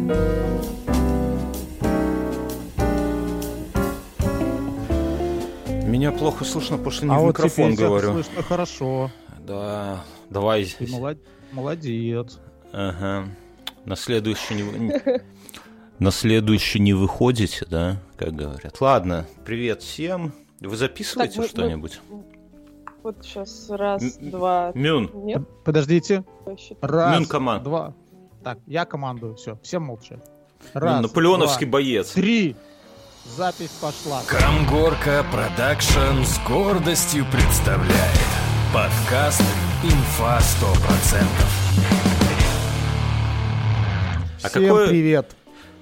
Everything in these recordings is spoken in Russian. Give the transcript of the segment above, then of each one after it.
Меня плохо слышно, потому что не в вот микрофон говорю. Слышно хорошо. Да, давай. Ты молодец. Ага. На следующий не выходите, да, как говорят. Ладно, привет всем. Вы записываете так, что-нибудь? Вот сейчас раз, два. Мюн. Нет? Подождите. Раз, Мюн команд. Два. Так, я командую, все молча. Раз, наполеоновский боец. 3. Запись пошла. Камгорка Продакшн с гордостью представляет подкаст «Инфа 100%». Всем привет.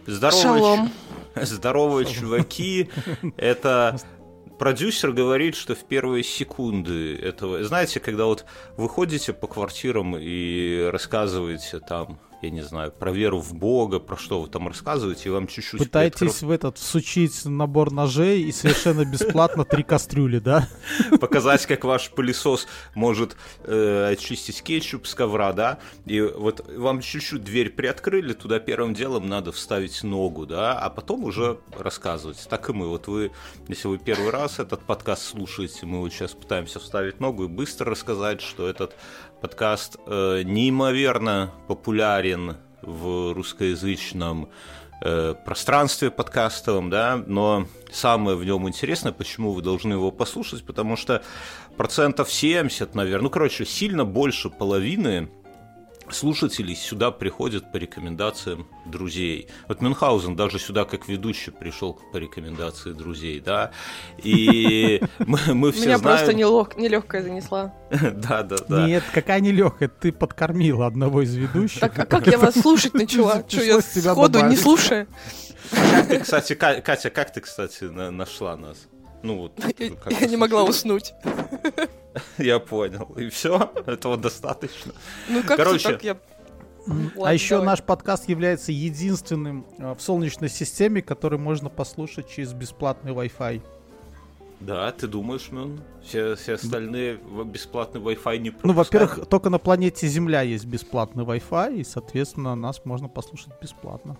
Здорово, чуваки. Это продюсер говорит, что в первые секунды этого... Знаете, когда вот вы ходите по квартирам и рассказываете там, я не знаю, про веру в Бога, про что вы там рассказываете, и вам чуть-чуть... Пытаетесь всучить набор ножей и совершенно бесплатно 3 кастрюли, да? Показать, как ваш пылесос может очистить кетчуп с ковра, да? И вот вам чуть-чуть дверь приоткрыли, туда первым делом надо вставить ногу, да? А потом уже рассказывать. Так и мы. Вот вы, если вы первый раз этот подкаст слушаете, мы вот сейчас пытаемся вставить ногу и быстро рассказать, что этот подкаст неимоверно популярен в русскоязычном пространстве подкастовом, да, но самое в нем интересное, почему вы должны его послушать, потому что 70%, наверное, сильно больше половины слушателей сюда приходят по рекомендациям друзей. Вот Мюнхгаузен даже сюда как ведущий пришел по рекомендации друзей, да, и мы все меня знаем... просто нелегкая занесла. Да. Нет, какая нелегкая, ты подкормила одного из ведущих. Так, а как я вас слушать начала? Что я сходу не слушаю? Кстати, Катя, как ты, кстати, нашла нас? Ну вот. Я не могла уснуть. Я понял. И все? Этого достаточно. Ну как-то так я... А еще наш подкаст является единственным в Солнечной системе, который можно послушать через бесплатный Wi-Fi. Да, ты думаешь, Мюн? Все остальные бесплатный Wi-Fi не пропускают? Ну, во-первых, только на планете Земля есть бесплатный Wi-Fi, и, соответственно, нас можно послушать бесплатно.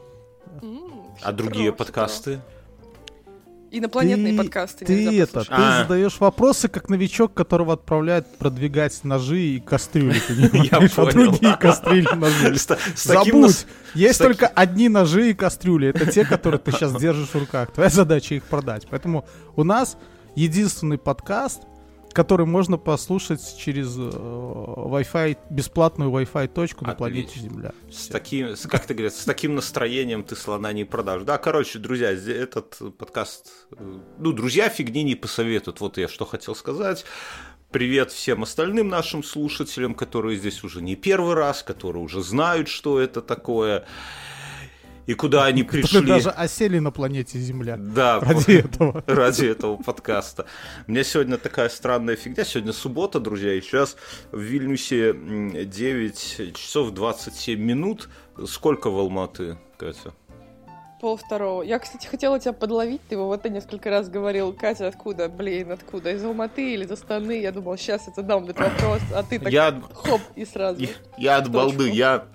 А другие подкасты? Инопланетные подкасты. Ты задаешь вопросы, как новичок, которого отправляют продвигать ножи и кастрюли. Я понял. Другие кастрюли, ножи. Забудь. Есть только одни ножи и кастрюли. Это те, которые ты сейчас держишь в руках. Твоя задача их продать. Поэтому у нас единственный подкаст, который можно послушать через Wi-Fi, бесплатную Wi-Fi точку на планете Земля. Как ты говоришь, с таким настроением ты слона не продашь. Да, друзья, этот подкаст... друзья фигни не посоветуют. Вот я что хотел сказать. Привет всем остальным нашим слушателям, которые здесь уже не первый раз, которые уже знают, что это такое. И куда они пришли. Которые даже осели на планете Земля. Да, ради этого подкаста. У меня сегодня такая странная фигня. Сегодня суббота, друзья, и сейчас в Вильнюсе 9 часов 27 минут. Сколько в Алматы, Катя? 1:30. Я, кстати, хотела тебя подловить. Ты вот несколько раз говорил: Катя, откуда? Откуда? Из Алматы или из Астаны? Я думал, сейчас я задам этот вопрос, а ты так хоп, и сразу. Я от балды,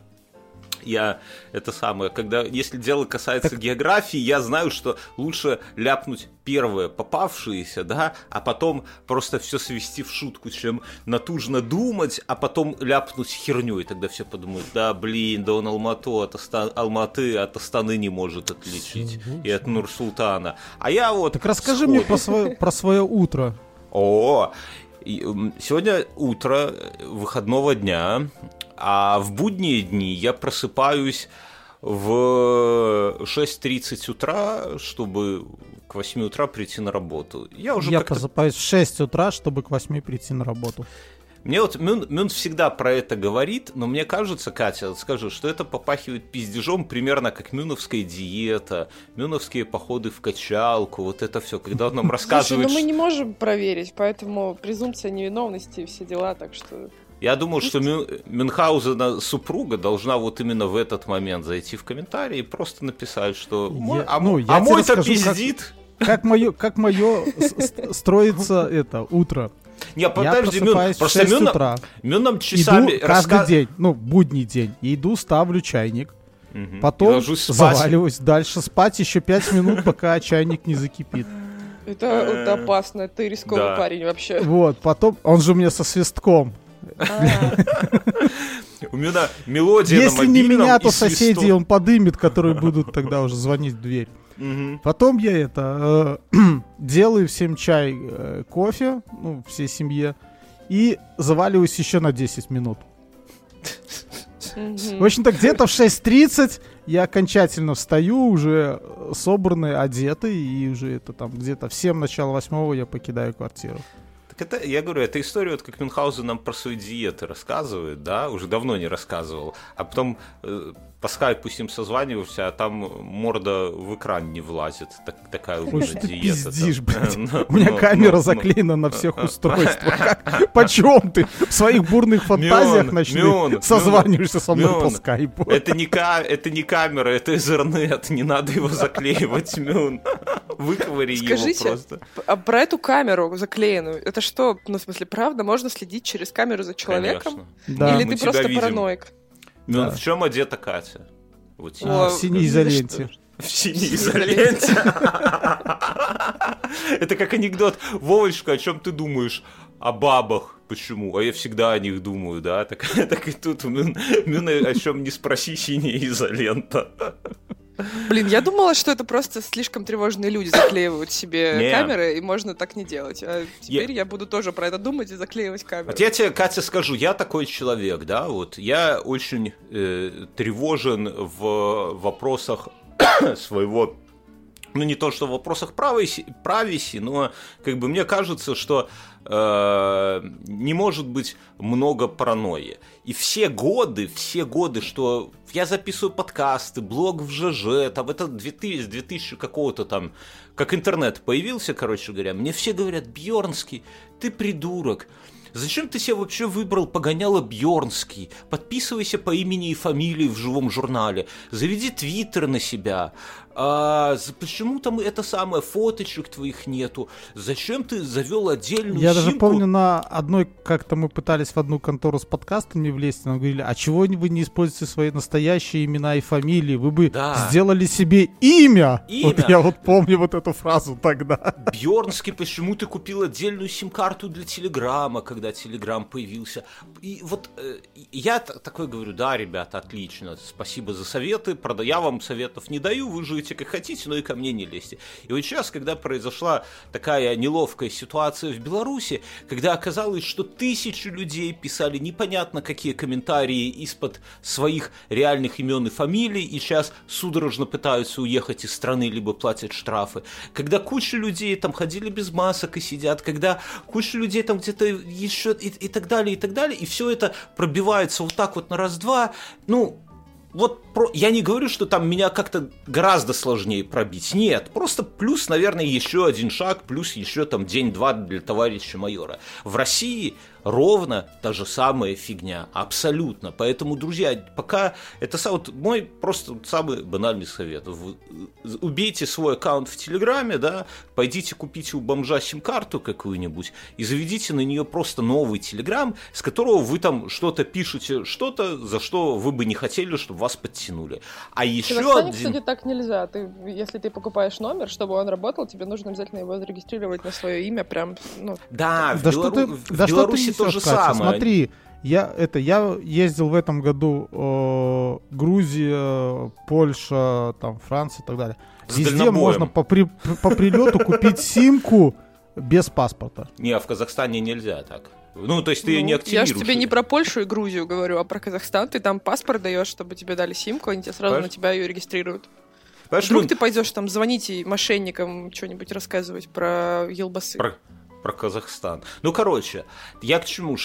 если дело касается географии, я знаю, что лучше ляпнуть первое попавшееся, да, а потом просто все свести в шутку, чем натужно думать, а потом ляпнуть херню, и тогда все подумают: да он Алматы от Астаны не может отличить, и от Нур-Султана. А я вот... Так расскажи мне про свое утро. Сегодня утро выходного дня. А в будние дни я просыпаюсь в 6:30 утра, чтобы к 8 утра прийти на работу. Я просыпаюсь в 6 утра, чтобы к 8 прийти на работу. Мне вот Мюн всегда про это говорит, но мне кажется, Катя, скажу, что это попахивает пиздежом примерно как мюновская диета, мюновские походы в качалку, вот это все, когда он нам рассказывает... Слушай, мы не можем проверить, поэтому презумпция невиновности и все дела, так что... Я думаю, что Мюнхгаузена супруга должна вот именно в этот момент зайти в комментарии и просто написать, что мой-то пиздит. Как мое строится это утро. Не, подожди, просто Мюн нам часами... Иду каждый день, будний день, иду, ставлю чайник, Потом заваливаюсь дальше спать еще 5 минут, пока чайник не закипит. Это опасно, ты рисковый парень вообще. Вот, потом, он же у меня со свистком. У меня мелодия на мобильном. Если не меня, то соседей он подымет, которые будут тогда уже звонить в дверь. Потом я делаю всем чай, кофе, всей семье, и заваливаюсь еще на 10 минут. В общем-то, где-то в 6:30 я окончательно встаю, уже собранный, одетый, и уже это там где-то в 7, начало 8 я покидаю квартиру. Так это, я говорю, эта история, вот как Мюнхгаузен нам про свои диеты рассказывает, да, уже давно не рассказывал, а потом по скайпу с ним созваниваешься, а там морда в экран не влазит, такая у меня диета. Пиздишь, блядь. У меня камера заклеена на всех устройствах. Почем ты в своих бурных фантазиях ночных созваниваешься со мной по скайпу? Это не камера, это Ethernet, не надо его заклеивать, Мюн. Выковыри его просто. Скажите, а про эту камеру заклеенную, это что, в смысле, правда? Можно следить через камеру за человеком? Да. Или ты просто параноик? Мюн, в чем одета Катя? В синей изоленте. В синей изоленте? Это как анекдот. Вовочка, о чем ты думаешь? О бабах. Почему? А я всегда о них думаю, да? Так и тут Мюн, о чем не спроси, синяя изолента. Блин, я думала, что это просто слишком тревожные люди заклеивают себе камеры, и можно так не делать. А теперь я буду тоже про это думать и заклеивать камеры. Вот я тебе, Катя, скажу, я такой человек, да, вот, я очень тревожен в вопросах своего, не то что в вопросах правеси, но как бы мне кажется, что не может быть много паранойи. И все годы, что я записываю подкасты, блог в ЖЖ, там это 2000 какого-то там, как интернет появился, короче говоря, мне все говорят: Бьернский, ты придурок. Зачем ты себе вообще выбрал погоняло Бьернский? Подписывайся по имени и фамилии в живом журнале. Заведи твиттер на себя. Почему там это самое, фоточек твоих нету? Зачем ты завел отдельную Я симку? даже помню, на одной, как-то мы пытались в одну контору с подкастами влезть, нам говорили: а чего вы не используете свои настоящие имена и фамилии? Вы бы сделали себе имя. Вот я вот помню вот эту фразу тогда. Бьернский, почему ты купил отдельную сим-карту для Телеграма, когда Телеграм появился? И вот я такой говорю: да, ребята, отлично, спасибо за советы, я вам советов не даю, вы живете как хотите, но и ко мне не лезьте. И вот сейчас, когда произошла такая неловкая ситуация в Беларуси, когда оказалось, что 1000 людей писали непонятно какие комментарии из-под своих реальных имен и фамилий, и сейчас судорожно пытаются уехать из страны, либо платят штрафы, когда куча людей там ходили без масок и сидят, когда куча людей там где-то еще и так далее, и все это пробивается вот так вот на раз-два, вот я не говорю, что там меня как-то гораздо сложнее пробить. Нет, просто плюс, наверное, еще один шаг, плюс еще там день-два для товарища майора. В России ровно та же самая фигня, абсолютно. Поэтому, друзья, пока это вот мой просто самый банальный совет. Убейте свой аккаунт в Телеграме, да, пойдите купите у бомжа сим-карту какую-нибудь и заведите на нее просто новый Телеграм, с которого вы там что-то пишете, что-то, за что вы бы не хотели, чтобы вас подтянули. А еще один... кстати, так нельзя. Если ты покупаешь номер, чтобы он работал, тебе нужно обязательно его зарегистрировать на свое имя прям, Да, в Беларуси то же самое. Смотри, я ездил в этом году Грузия, Польша, там, Франция и так далее. Везде можно по прилету купить симку без паспорта. Не, а в Казахстане нельзя так. То есть ты ее не активируешь. Я же тебе не про Польшу и Грузию говорю, а про Казахстан. Ты там паспорт даешь, чтобы тебе дали симку, они тебе сразу на тебя ее регистрируют. Вдруг ты пойдешь там звонить и мошенникам что-нибудь рассказывать про елбасы. Про Казахстан. Короче, я к чему,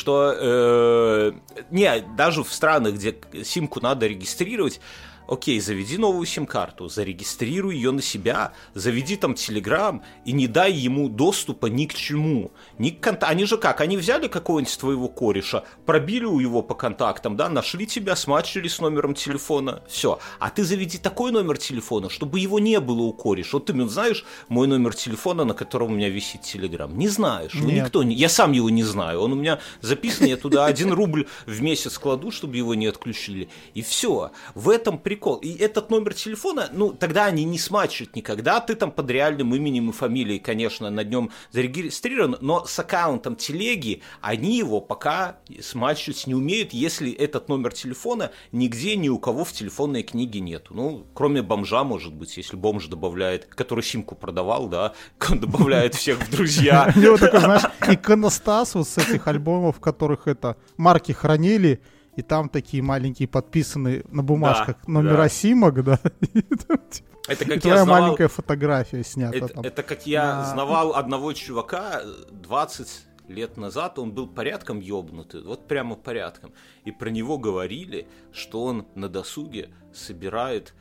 что даже в странах, где симку надо регистрировать, окей, заведи новую сим-карту, зарегистрируй ее на себя, заведи там Телеграм и не дай ему доступа ни к чему. Они же как? Они взяли какого-нибудь твоего кореша, пробили у его по контактам, да, нашли тебя, смачили с номером телефона, все. А ты заведи такой номер телефона, чтобы его не было у кореша. Вот ты знаешь мой номер телефона, на котором у меня висит Телеграм? Не знаешь. Никто не... Я сам его не знаю. Он у меня записан, я туда 1 рубль в месяц кладу, чтобы его не отключили. И все. В этом прикол. прикол. И этот номер телефона, ну, тогда они не смачивают никогда. Ты там под реальным именем и фамилией, конечно, на нем зарегистрирован, но с аккаунтом телеги они его пока смачивать не умеют, если этот номер телефона нигде ни у кого в телефонной книге нету. Ну, кроме бомжа, может быть, если бомж добавляет, который симку продавал, да, он добавляет всех в друзья. У него такой, знаешь, иконостас вот с этих альбомов, в которых это марки хранили, и там такие маленькие подписанные на бумажках номера симок, да. Это как твоя маленькая фотография снята там. Это как я знавал одного чувака 20 лет назад, он был порядком ёбнутый, вот прямо порядком. И про него говорили, что он на досуге собирает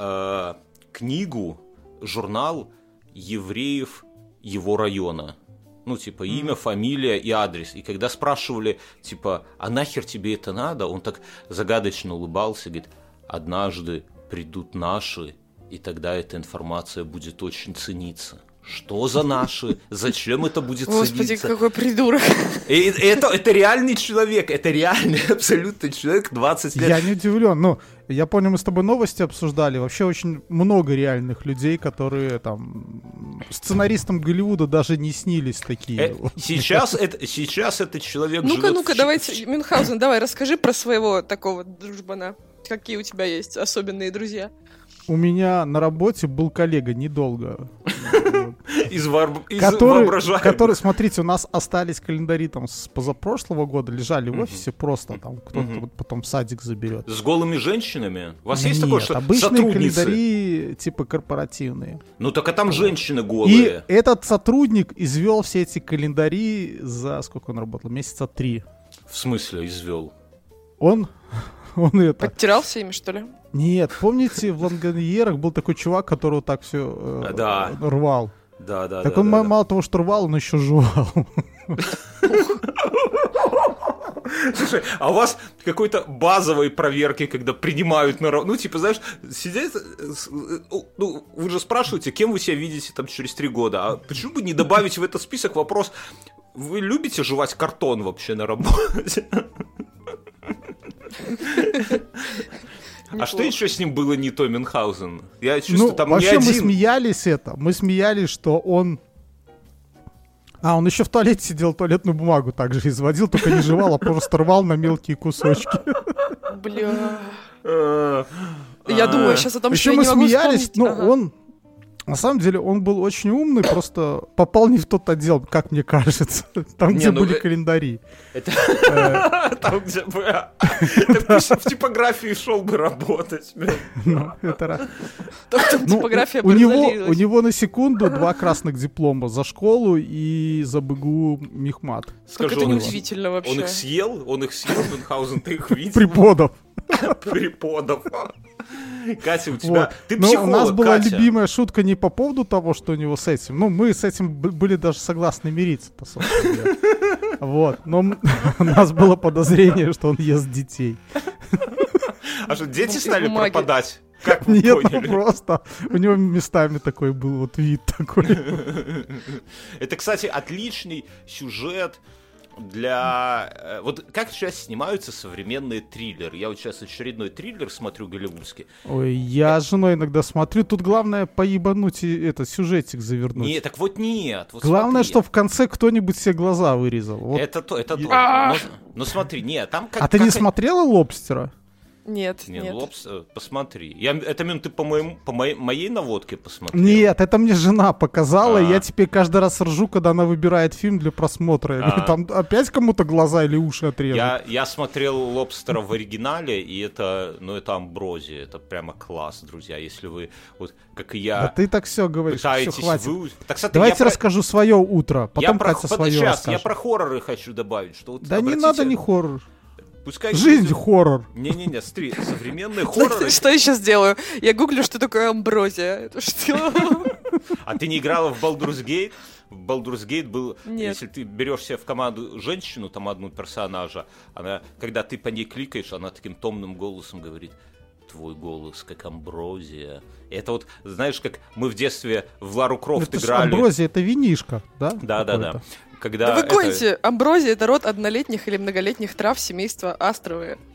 книгу, журнал евреев его района. Ну, типа, имя, фамилия и адрес. И когда спрашивали, типа, а нахер тебе это надо? Он так загадочно улыбался, говорит, однажды придут наши, и тогда эта информация будет очень цениться. Что за наши? Зачем это будет цениться? Господи, какой придурок. Это реальный человек, это реальный абсолютно человек 20 лет. Я не удивлен, но я помню, мы с тобой новости обсуждали, вообще очень много реальных людей, которые там сценаристам Голливуда даже не снились такие. Сейчас этот человек Ну-ка, живет... ну-ка, давайте, Мюнхгаузен, давай расскажи про своего такого дружбана. Какие у тебя есть особенные друзья? У меня на работе был коллега недолго. Из воображаемых. Который, смотрите, у нас остались календари там с позапрошлого года, лежали в офисе просто, там кто-то вот потом в садик заберет. С голыми женщинами? У вас есть такое, что обычные сотрудницы? календари типа корпоративные. Ну так а там женщины голые. И этот сотрудник извел все эти календари за сколько он работал? Месяца 3. В смысле извел? Он это... Подтирался ими, что ли? Нет, помните, в Лангольерах был такой чувак, который вот так все рвал? Да. Так он мало того, что рвал, он еще жевал. Слушай, а у вас какой-то базовой проверки, когда принимают на работу, ну, типа, знаешь, сидят, ну, вы же спрашиваете, кем вы себя видите там через 3 года, а почему бы не добавить в этот список вопрос, вы любите жевать картон вообще на работе? А что еще с ним было не то, Мюнхгаузен? Я чувствую, там вообще не один... мы смеялись, что он... он еще в туалете сидел, туалетную бумагу также изводил, только не жевал, а просто рвал на мелкие кусочки. Бля... Я думаю, сейчас о том, еще что я не могу смеялись, вспомнить. но он... На самом деле он был очень умный, просто попал не в тот отдел, как мне кажется. Там, где были календари. Там, где бы... Так пусть в типографии шел бы работать. Типография у него на секунду 2 красных диплома за школу и за БГУ Мехмат. Скажи, это неудивительно вообще. Он их съел, Мюнхгаузен, ты их видел? Преподов. Катя, у тебя... Ты психолог, у нас была Катя. любимая шутка не по поводу того, что у него с этим. Ну, мы с этим были даже согласны мириться-то, собственно говоря. Вот. Но у нас было подозрение, что он ест детей. А что, дети стали пропадать? Как вы Нет, поняли? просто у него местами такой был вот вид такой. Это, кстати, отличный сюжет для... Вот как сейчас снимаются современные триллеры? Я вот сейчас очередной триллер смотрю голливудский. Ой, я с женой иногда смотрю. Тут главное поебануть и этот сюжетик завернуть. Нет, так вот нет. Вот главное, смотри. что в конце кто-нибудь все глаза вырезал. Вот. Это то. Но смотри, нет, там как... А ты не смотрела «Лобстера»? Нет. Посмотри. Это, ты по моей наводке посмотрел? Нет, это мне жена показала, и я теперь каждый раз ржу, когда она выбирает фильм для просмотра. Я говорю, там опять кому-то глаза или уши отрезать. Я смотрел «Лобстера» в оригинале, и это амброзия, это прямо класс, друзья. Если вы, вот как и я... Да ты так все говоришь, все, хватит. Давайте расскажу свое утро, потом Катя свое расскажет. Я про хорроры хочу добавить. Что вот, да не надо ни хоррор. Пускай жизнь хоррор. Не-не-не, смотри, современные хорроры... Что я сейчас делаю? Я гуглю, что такое амброзия. Это что? А ты не играла в Baldur's Gate? В Baldur's Gate был... Нет. Если ты берешь себе в команду женщину, там одну персонажа, она, когда ты по ней кликаешь, она таким томным голосом говорит: твой голос как амброзия. Это вот, знаешь, как мы в детстве в Лару Крофт играли. Амброзия — это винишко, да? Да. Да вы гоните! Амброзия — это род однолетних или многолетних трав семейства астровые.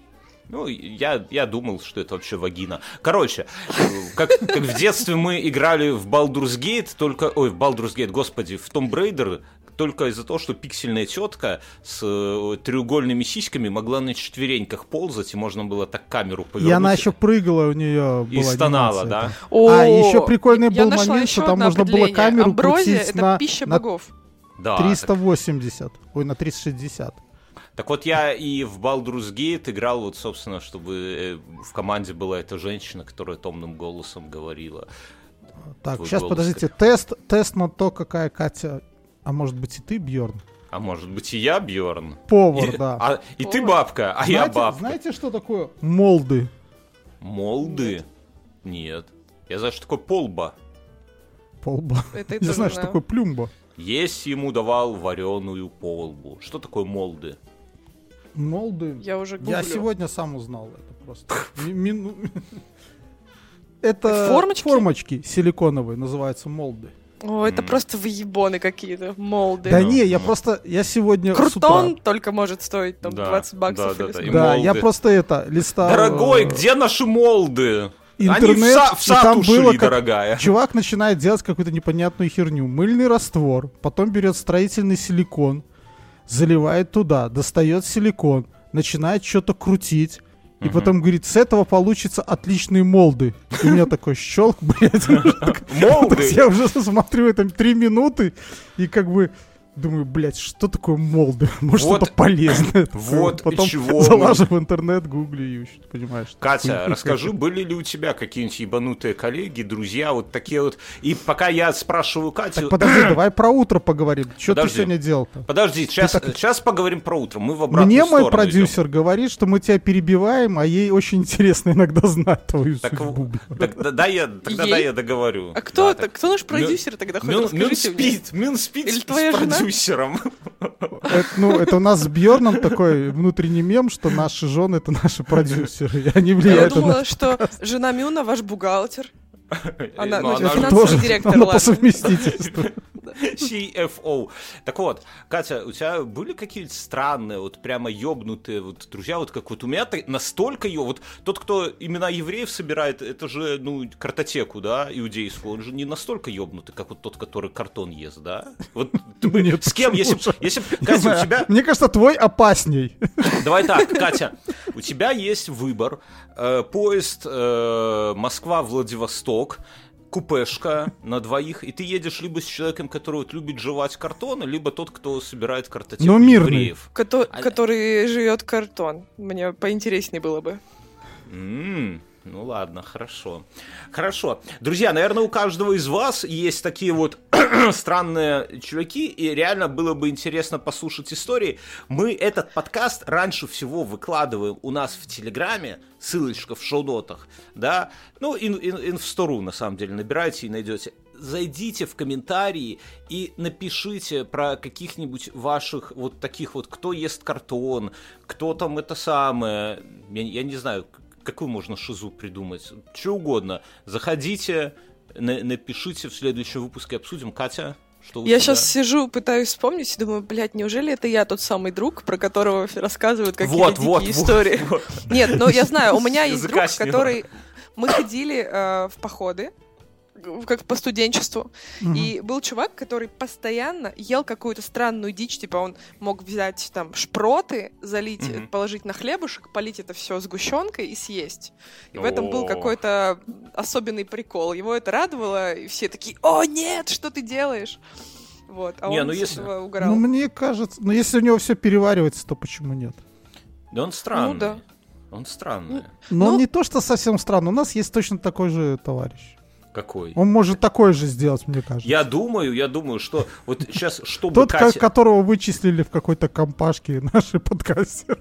Ну, я думал, что это вообще вагина. Короче, как в детстве мы играли в Baldur's Gate, в Baldur's Gate, господи, в Tomb Raider, только из-за того, что пиксельная тетка с треугольными сиськами могла на четвереньках ползать, и можно было так камеру повернуть. И она еще прыгала, у нее была и стонала, да? Еще прикольный был момент, что там можно было камеру крутить на пища богов. Да, 380, на 360. Так вот, я и в Baldur's Gate играл, вот, собственно, чтобы в команде была эта женщина, которая томным голосом говорила. Так, сейчас, подождите, тест на то, какая Катя... А может быть и ты, Бьорн? А может быть и я, Бьорн? Повар, да. И ты бабка, я бабка. Знаете, что такое молды? Молды? Нет. Я знаю, что такое полба. Полба? Я знаю, что такое плюмба. Есть ему давал вареную полбу. Что такое молды? Молды? Я уже гуглю. Я сегодня сам узнал это просто. Это формочки силиконовые, называются молды. О, это просто выебоны какие-то, молды. Да не, я сегодня Крутон только может стоить там 20 баксов. Да, я просто листал... Дорогой, где наши молды? Интернет, они в сад ушли, дорогая. Чувак начинает делать какую-то непонятную херню. Мыльный раствор, потом берет строительный силикон, заливает туда, достает силикон, начинает что-то крутить, и потом говорит, с этого получится отличные молды. И у меня такой щелк, блядь. Молды? Я уже смотрю, это 3 минуты, и как бы... Думаю, блядь, что такое молды? Может, вот, что-то полезное. Вот потом чего залажу в интернет, гуглю и ищу, понимаешь? Катя, расскажи, были ли у тебя какие-нибудь ебанутые коллеги, друзья, вот такие вот... И пока я спрашиваю Катю... Так, подожди, давай про утро поговорим. Что ты сегодня делал-то? Подожди, сейчас поговорим про утро. Мы в обратную Мне сторону мой продюсер идем. Говорит, что мы тебя перебиваем, а ей очень интересно иногда знать твою судьбу. Тогда я договорю. А кто наш продюсер тогда? Хоть расскажите мне. Мюн спит Или с твоя жена? продюсером. Это у нас с Бьорном такой внутренний мем, что наши жены — это наши продюсеры, и они влияют на... Я думала, что жена Мюна ваш бухгалтер. Она финансовый тоже, директор, она ладно. по совместительству. CFO. Так вот, Катя, у тебя были какие-то странные, вот прямо ёбнутые вот друзья, вот как вот у меня настолько вот тот, кто имена евреев собирает, это же, картотеку, да, иудейскую, он же не настолько ёбнутый, как вот тот, который картон ест, да? Вот с кем, если Катя, у тебя... Мне кажется, твой опасней. Давай так, Катя, у тебя есть выбор. Поезд Москва-Владивосток, купешка на двоих, и ты едешь либо с человеком, который вот любит жевать картон, либо тот, кто собирает картотеку евреев. Который жует картон. Мне поинтереснее было бы. Ну ладно, хорошо. Хорошо. Друзья, наверное, у каждого из вас есть такие вот странные чуваки, и реально было бы интересно послушать истории. Мы этот подкаст раньше всего выкладываем у нас в Телеграме, ссылочка в шоу-нотах, да, инф100.ru, на самом деле, набирайте и найдете. Зайдите в комментарии и напишите про каких-нибудь ваших вот таких вот, кто ест картон, кто там это самое, я не знаю, какую можно шизу придумать? Что угодно. Заходите, напишите, в следующем выпуске обсудим. Катя, что у тебя? Я сейчас сижу, пытаюсь вспомнить и думаю, блядь, неужели это я тот самый друг, про которого рассказывают какие-то дикие истории? Нет, я знаю, у меня есть друг, который... Мы ходили в походы, как по студенчеству, и был чувак, который постоянно ел какую-то странную дичь, типа он мог взять там шпроты, залить, положить на хлебушек, полить это все сгущенкой и съесть. И в этом был какой-то особенный прикол. Его это радовало, и все такие: «О, нет, что ты делаешь?» Вот, а он с этого угорал. Мне кажется, если у него все переваривается, то почему нет? Да он странный. Ну да. Он странный. Но он не то, что совсем странный. У нас есть точно такой же товарищ. Какой? Он может такое же сделать, мне кажется. Я думаю, что вот сейчас, чтобы тот, Катя... которого вычислили в какой-то компашке наши подкастеры.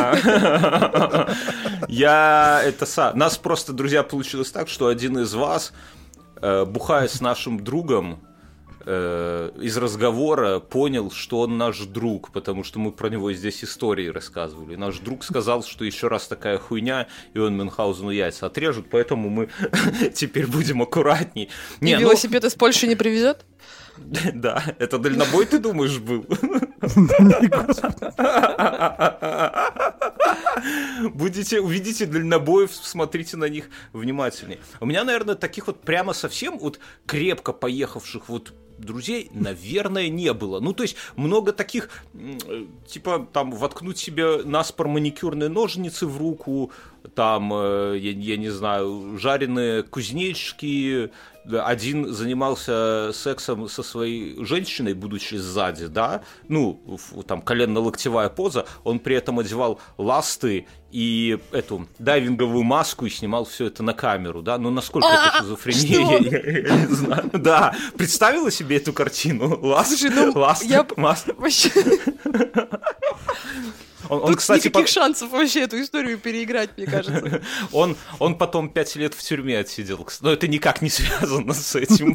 Нас просто, друзья, получилось так, что один из вас, бухая с нашим другом, из разговора понял, что он наш друг, потому что мы про него здесь истории рассказывали. Наш друг сказал, что еще раз такая хуйня, и он Мюнхгаузену яйца отрежут, поэтому мы теперь будем аккуратней. И велосипед из Польши не привезет? Да, это дальнобой, ты думаешь, был? Увидите дальнобоев, смотрите на них внимательнее. У меня, наверное, таких вот прямо совсем вот крепко поехавших вот друзей, наверное, не было. Ну, то есть, много таких, типа, там, воткнуть себе наспор маникюрные ножницы в руку, там, я не знаю, жареные кузнечики. Один занимался сексом со своей женщиной, будучи сзади, да, ну, там, коленно-локтевая поза, он при этом одевал ласты и эту дайвинговую маску и снимал все это на камеру, да, ну, насколько это шизофрения, я не знаю, да, представила себе эту картину? Ласты, маска. Вообще... Он, тут, кстати, никаких шансов вообще эту историю переиграть, мне кажется. Он потом 5 лет в тюрьме отсидел. Но это никак не связано с этим.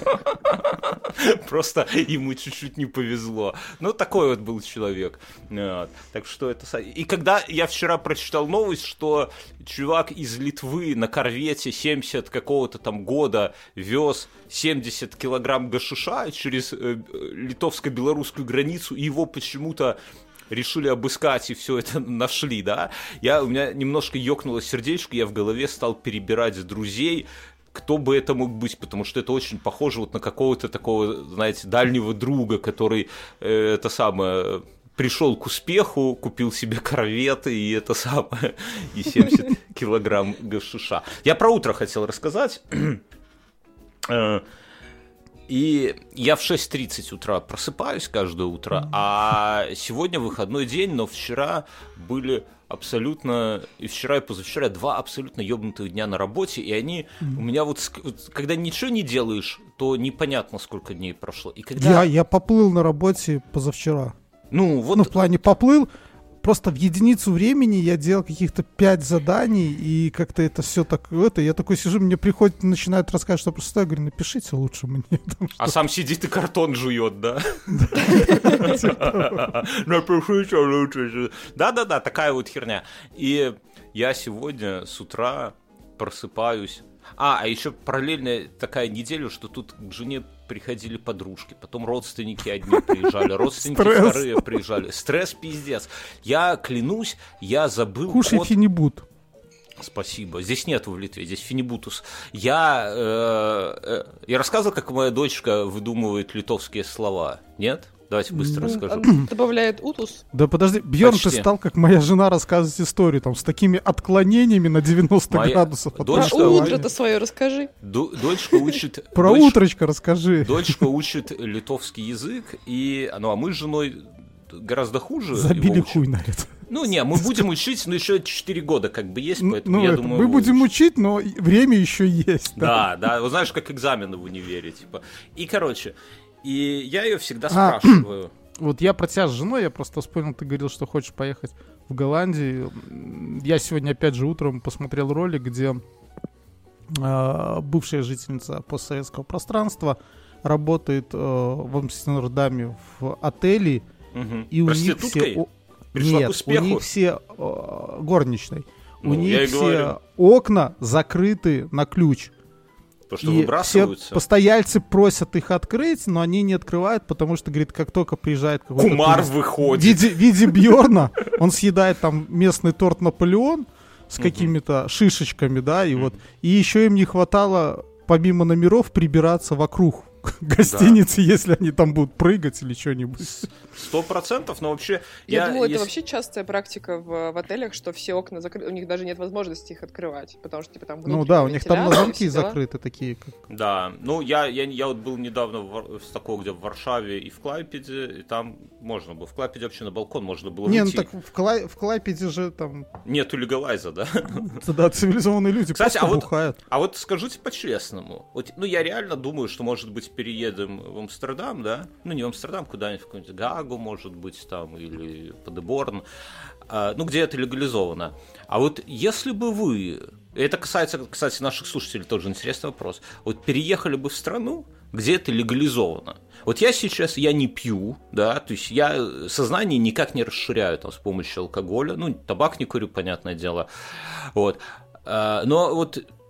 Просто ему чуть-чуть не повезло. Ну, такой вот был человек. Так что это... И когда я вчера прочитал новость, что чувак из Литвы на корвете 70 какого-то там года вез 70 килограмм гашиша через литовско-белорусскую границу, и его почему-то решили обыскать и все это нашли, да, у меня немножко ёкнуло сердечко, я в голове стал перебирать друзей, кто бы это мог быть, потому что это очень похоже вот на какого-то такого, знаете, дальнего друга, который пришел к успеху, купил себе корветы и это самое, и 70 килограмм гашиша. Я про утро хотел рассказать. И я в 6:30 утра просыпаюсь каждое утро, а сегодня выходной день, но вчера были абсолютно, и вчера, и позавчера 2 абсолютно ёбнутых дня на работе, и они у меня вот, когда ничего не делаешь, то непонятно, сколько дней прошло. И когда... Я поплыл на работе позавчера. Ну, вот... Ну, в плане поплыл, просто в единицу времени я делал каких-то 5 заданий, и как-то это все так, я такой сижу, мне приходит, начинают рассказывать, что просто я говорю, напишите лучше мне. А сам сидит и картон жует, да? Напишите лучше. Да-да-да, такая вот херня. И я сегодня с утра просыпаюсь. А еще параллельно такая неделя, что тут к жене приходили подружки, потом родственники одни приезжали, родственники вторые приезжали. Стресс пиздец. Я клянусь, я забыл Кушай фенибут. Спасибо. Здесь нету в Литве, здесь фенибутус. Я рассказывал, как моя дочка выдумывает литовские слова. Нет? Давайте быстро расскажу. Он добавляет утус. Да подожди, Бьерн, ты стал, как моя жена, рассказывать историю, там, с такими отклонениями на 90 градусов. Про утро-то свое расскажи. Дочка учит... Про утрочко расскажи. Дочка учит литовский язык, а мы с женой гораздо хуже. Забили хуй на это. Ну, не, мы будем учить, но еще 4 года как бы есть, поэтому я думаю... Мы будем учить, но время еще есть. Да, вот знаешь, как экзамены в универе, типа. И, короче... И я ее всегда спрашиваю. Вот я про тебя с женой, я просто вспомнил, ты говорил, что хочешь поехать в Голландию. Я сегодня опять же утром посмотрел ролик, где бывшая жительница постсоветского пространства работает в Амстердаме в отеле. И у них все... Нет, у них все горничной. У них все окна закрыты на ключ. Потому что выбрасываются. Все постояльцы просят их открыть, но они не открывают, потому что, говорит, как только приезжает какой-то Кумар выходит. В виде Бьорна, он съедает там местный торт Наполеон с какими-то шишечками, да, и вот. И еще им не хватало, помимо номеров, прибираться вокруг гостиницы, если они там будут прыгать или что-нибудь. 100%, но вообще... Я думаю, это вообще частая практика в отелях, что все окна закрыты, у них даже нет возможности их открывать, потому что, типа, там внутри... Ну да, у них там на замки закрыты такие. Да, ну я вот был недавно где в Варшаве и в Клайпеде, и там можно было, в Клайпеде вообще на балкон можно было выйти. Не, ну так в Клайпеде же там... Нету легалайза, да? Да, цивилизованные люди просто бухают. А вот скажите по-честному, ну я реально думаю, что, может быть, переедем в Амстердам, да? Ну, не в Амстердам, куда-нибудь в какую-нибудь Гаагу, может быть, там, или Падеборн, ну, где это легализовано. А вот если бы вы, это касается, кстати, наших слушателей, тоже интересный вопрос, вот переехали бы в страну, где это легализовано. Вот я сейчас, я не пью, да, то есть я сознание никак не расширяю там с помощью алкоголя, ну, табак не курю, понятное дело, вот, но вот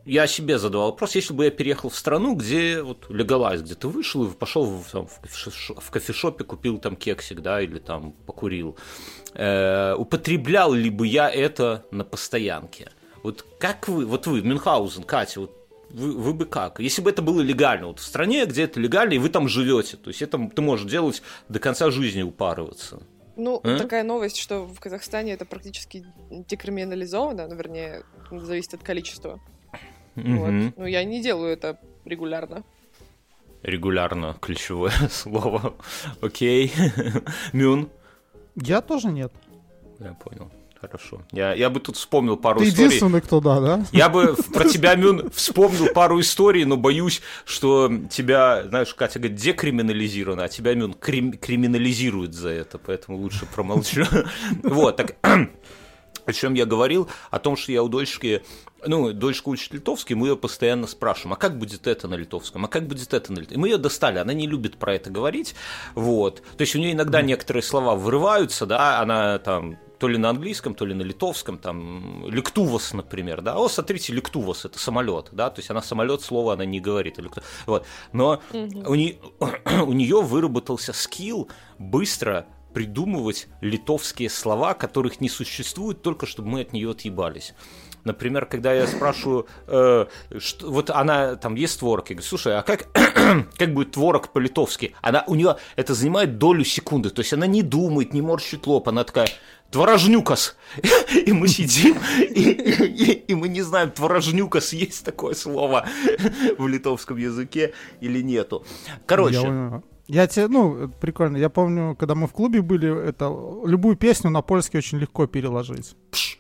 я себе задавал вопрос, если бы я переехал в страну, где вот легалайз, где ты вышел и пошел в кофешопе, купил там кексик, да, или там покурил, употреблял ли бы я это на постоянке? Вот как вы, Мюнхгаузен, Катя, вот вы бы как? Если бы это было легально, вот в стране, где это легально, и вы там живете, то есть это ты можешь делать до конца жизни, упарываться. Ну, такая новость, что в Казахстане это практически декриминализовано, ну, вернее, зависит от количества. Вот. Ну, я не делаю это регулярно. Регулярно, ключевое слово. Окей. Мюн? Я тоже нет. Я понял. Хорошо. Я бы тут вспомнил пару историй. Ты единственный, кто да? Я бы про тебя, Мюн, вспомнил пару историй, но боюсь, что тебя, знаешь, Катя говорит, декриминализировано, а тебя, Мюн, криминализируют за это, поэтому лучше промолчу. Вот, так... О чем я говорил? О том, что я у дочки... Ну, дочка учит литовский, мы ее постоянно спрашиваем, а как будет это на литовском, а как будет это на литовском? И мы ее достали, она не любит про это говорить, вот. То есть у нее иногда некоторые слова вырываются, да, она там... то ли на английском, то ли на литовском, там, лектувос, например, да, смотрите, лектувос, это самолет, да, то есть она самолет, слово она не говорит, вот, но у нее выработался скилл быстро придумывать литовские слова, которых не существует, только чтобы мы от нее отъебались. Например, когда я спрашиваю, вот она там ест творог, я говорю, слушай, а как будет творог по-литовски? У нее это занимает долю секунды, то есть она не думает, не морщит лоб, она такая... Творожнюкас. И мы сидим, и мы не знаем, творожнюкас, есть такое слово в литовском языке или нету. Короче. Я тебе, прикольно, я помню, когда мы в клубе были, это любую песню на польский очень легко переложить.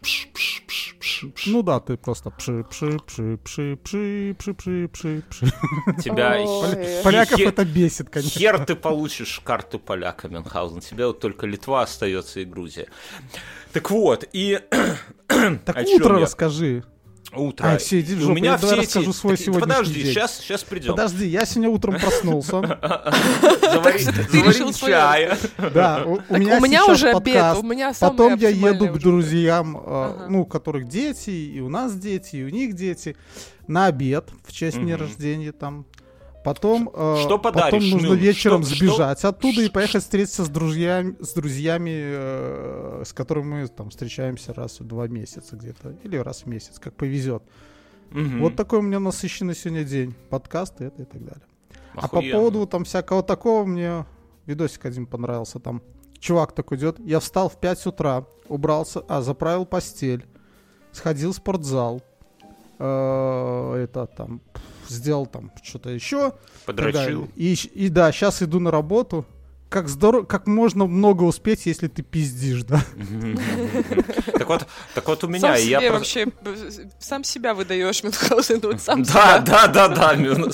Ну да, ты просто пши-пши-пши-пши-пши-пши-пши. Тебя... Поляков это бесит, конечно. Хер ты получишь карту поляка, Мюнхгаузен. Тебе вот только Литва остается и Грузия. Так вот, и... Так утро расскажи. Утро. Все, иди в жопу, у меня я расскажу свой сегодняшний подожди, день. сейчас придем. Подожди, я сегодня утром проснулся. Заварить чая. Да, у меня уже обед, у меня потом я еду к друзьям, у которых дети, и у нас дети, и у них дети, на обед в честь дня рождения там. Потом нужно вечером сбежать оттуда и поехать встретиться с друзьями, с которыми мы там встречаемся раз в 2 месяца где-то, или раз в месяц, как повезет. Вот такой у меня насыщенный сегодня день. Подкасты, это и так далее. Охуенно. А по поводу там всякого такого, мне видосик один понравился. Там чувак такой идет. Я встал в 5 утра, убрался, заправил постель, сходил в спортзал, сделал там что-то еще. Подрочил. И да, сейчас иду на работу. Как здорово, как можно много успеть, если ты пиздишь, да? Так вот у меня... Вообще сам себя выдаешь, Мюнхгаузен, вот сам себя. Да,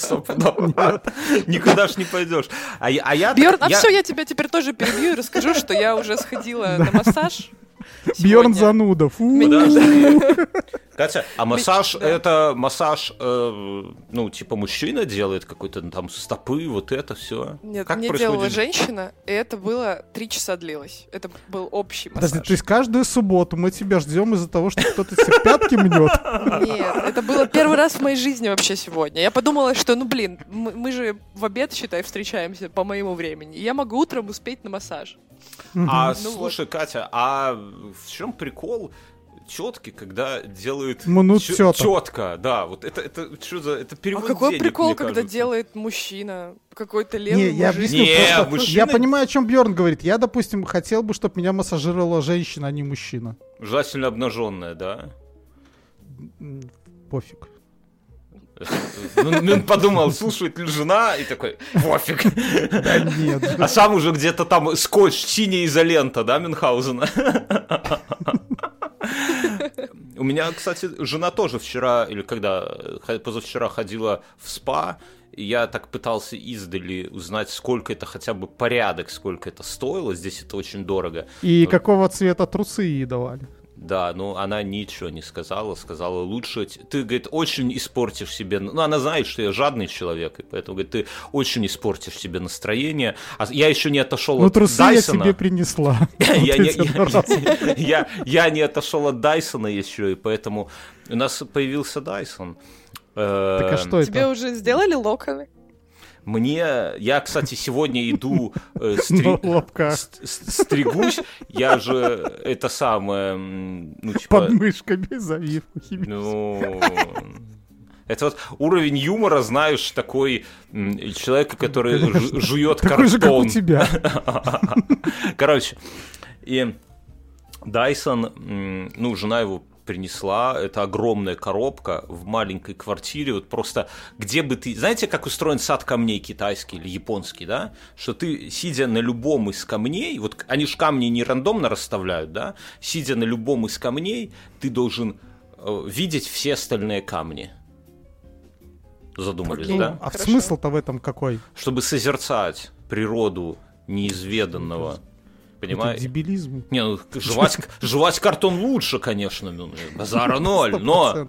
никуда ж не пойдешь. Бьорн, все, я тебя теперь тоже перебью и расскажу, что я уже сходила на массаж. Бьорн зануда. Катя, а массаж это массаж, типа мужчина делает какой-то там стопы, вот это все. Нет, мне делала женщина, и это было 3 часа длилось. Это был общий массаж. Подожди, то есть каждую субботу мы тебя ждем из-за того, что кто-то себе пятки мнет? Нет, это было первый раз в моей жизни вообще сегодня. Я подумала, что, мы же в обед, считай, встречаемся по моему времени. И я могу утром успеть на массаж. Слушай, Катя, а в чем прикол тетки, когда делают четко? Да, вот это что за это перевод денег, какой прикол, когда делает мужчина, какой-то левый мужик? Я объясню просто. Я понимаю, о чем Бьорн говорит. Я, допустим, хотел бы, чтобы меня массажировала женщина, а не мужчина. Желательно обнаженная, да? Пофиг. Он подумал, слушает ли жена, и такой, пофиг. Да нет. А сам уже где-то там скотч, синяя изолента, да, Мюнхгаузена? У меня, кстати, жена тоже вчера, или позавчера ходила в спа, и я так пытался издали узнать, сколько это хотя бы порядок, сколько это стоило, здесь это очень дорого. И какого цвета трусы ей давали? Да, она ничего не сказала лучше, ты, говорит, очень испортишь себе, она знает, что я жадный человек, и поэтому, говорит, ты очень испортишь себе настроение, я еще не отошел от трусы Дайсона. Я тебе принесла. Я не отошел от Дайсона еще, и поэтому у нас появился Дайсон. Так а что это? Тебе уже сделали локоны? Я, кстати, сегодня иду стригусь, я же это самое, под мышками завивку химическую. Это вот уровень юмора, знаешь, такой человека, который жует картон. Такой же, как у тебя. Короче, и Dyson, жена его принесла, это огромная коробка в маленькой квартире, вот просто где бы ты... Знаете, как устроен сад камней китайский или японский, да? Что ты, сидя на любом из камней, вот они ж камни не рандомно расставляют, да? Сидя на любом из камней, ты должен видеть все остальные камни. Задумались, да? А смысл-то в этом какой? Чтобы созерцать природу неизведанного. Понимаешь? Это дебилизм. Не, жевать картон лучше, конечно, базара ноль, но.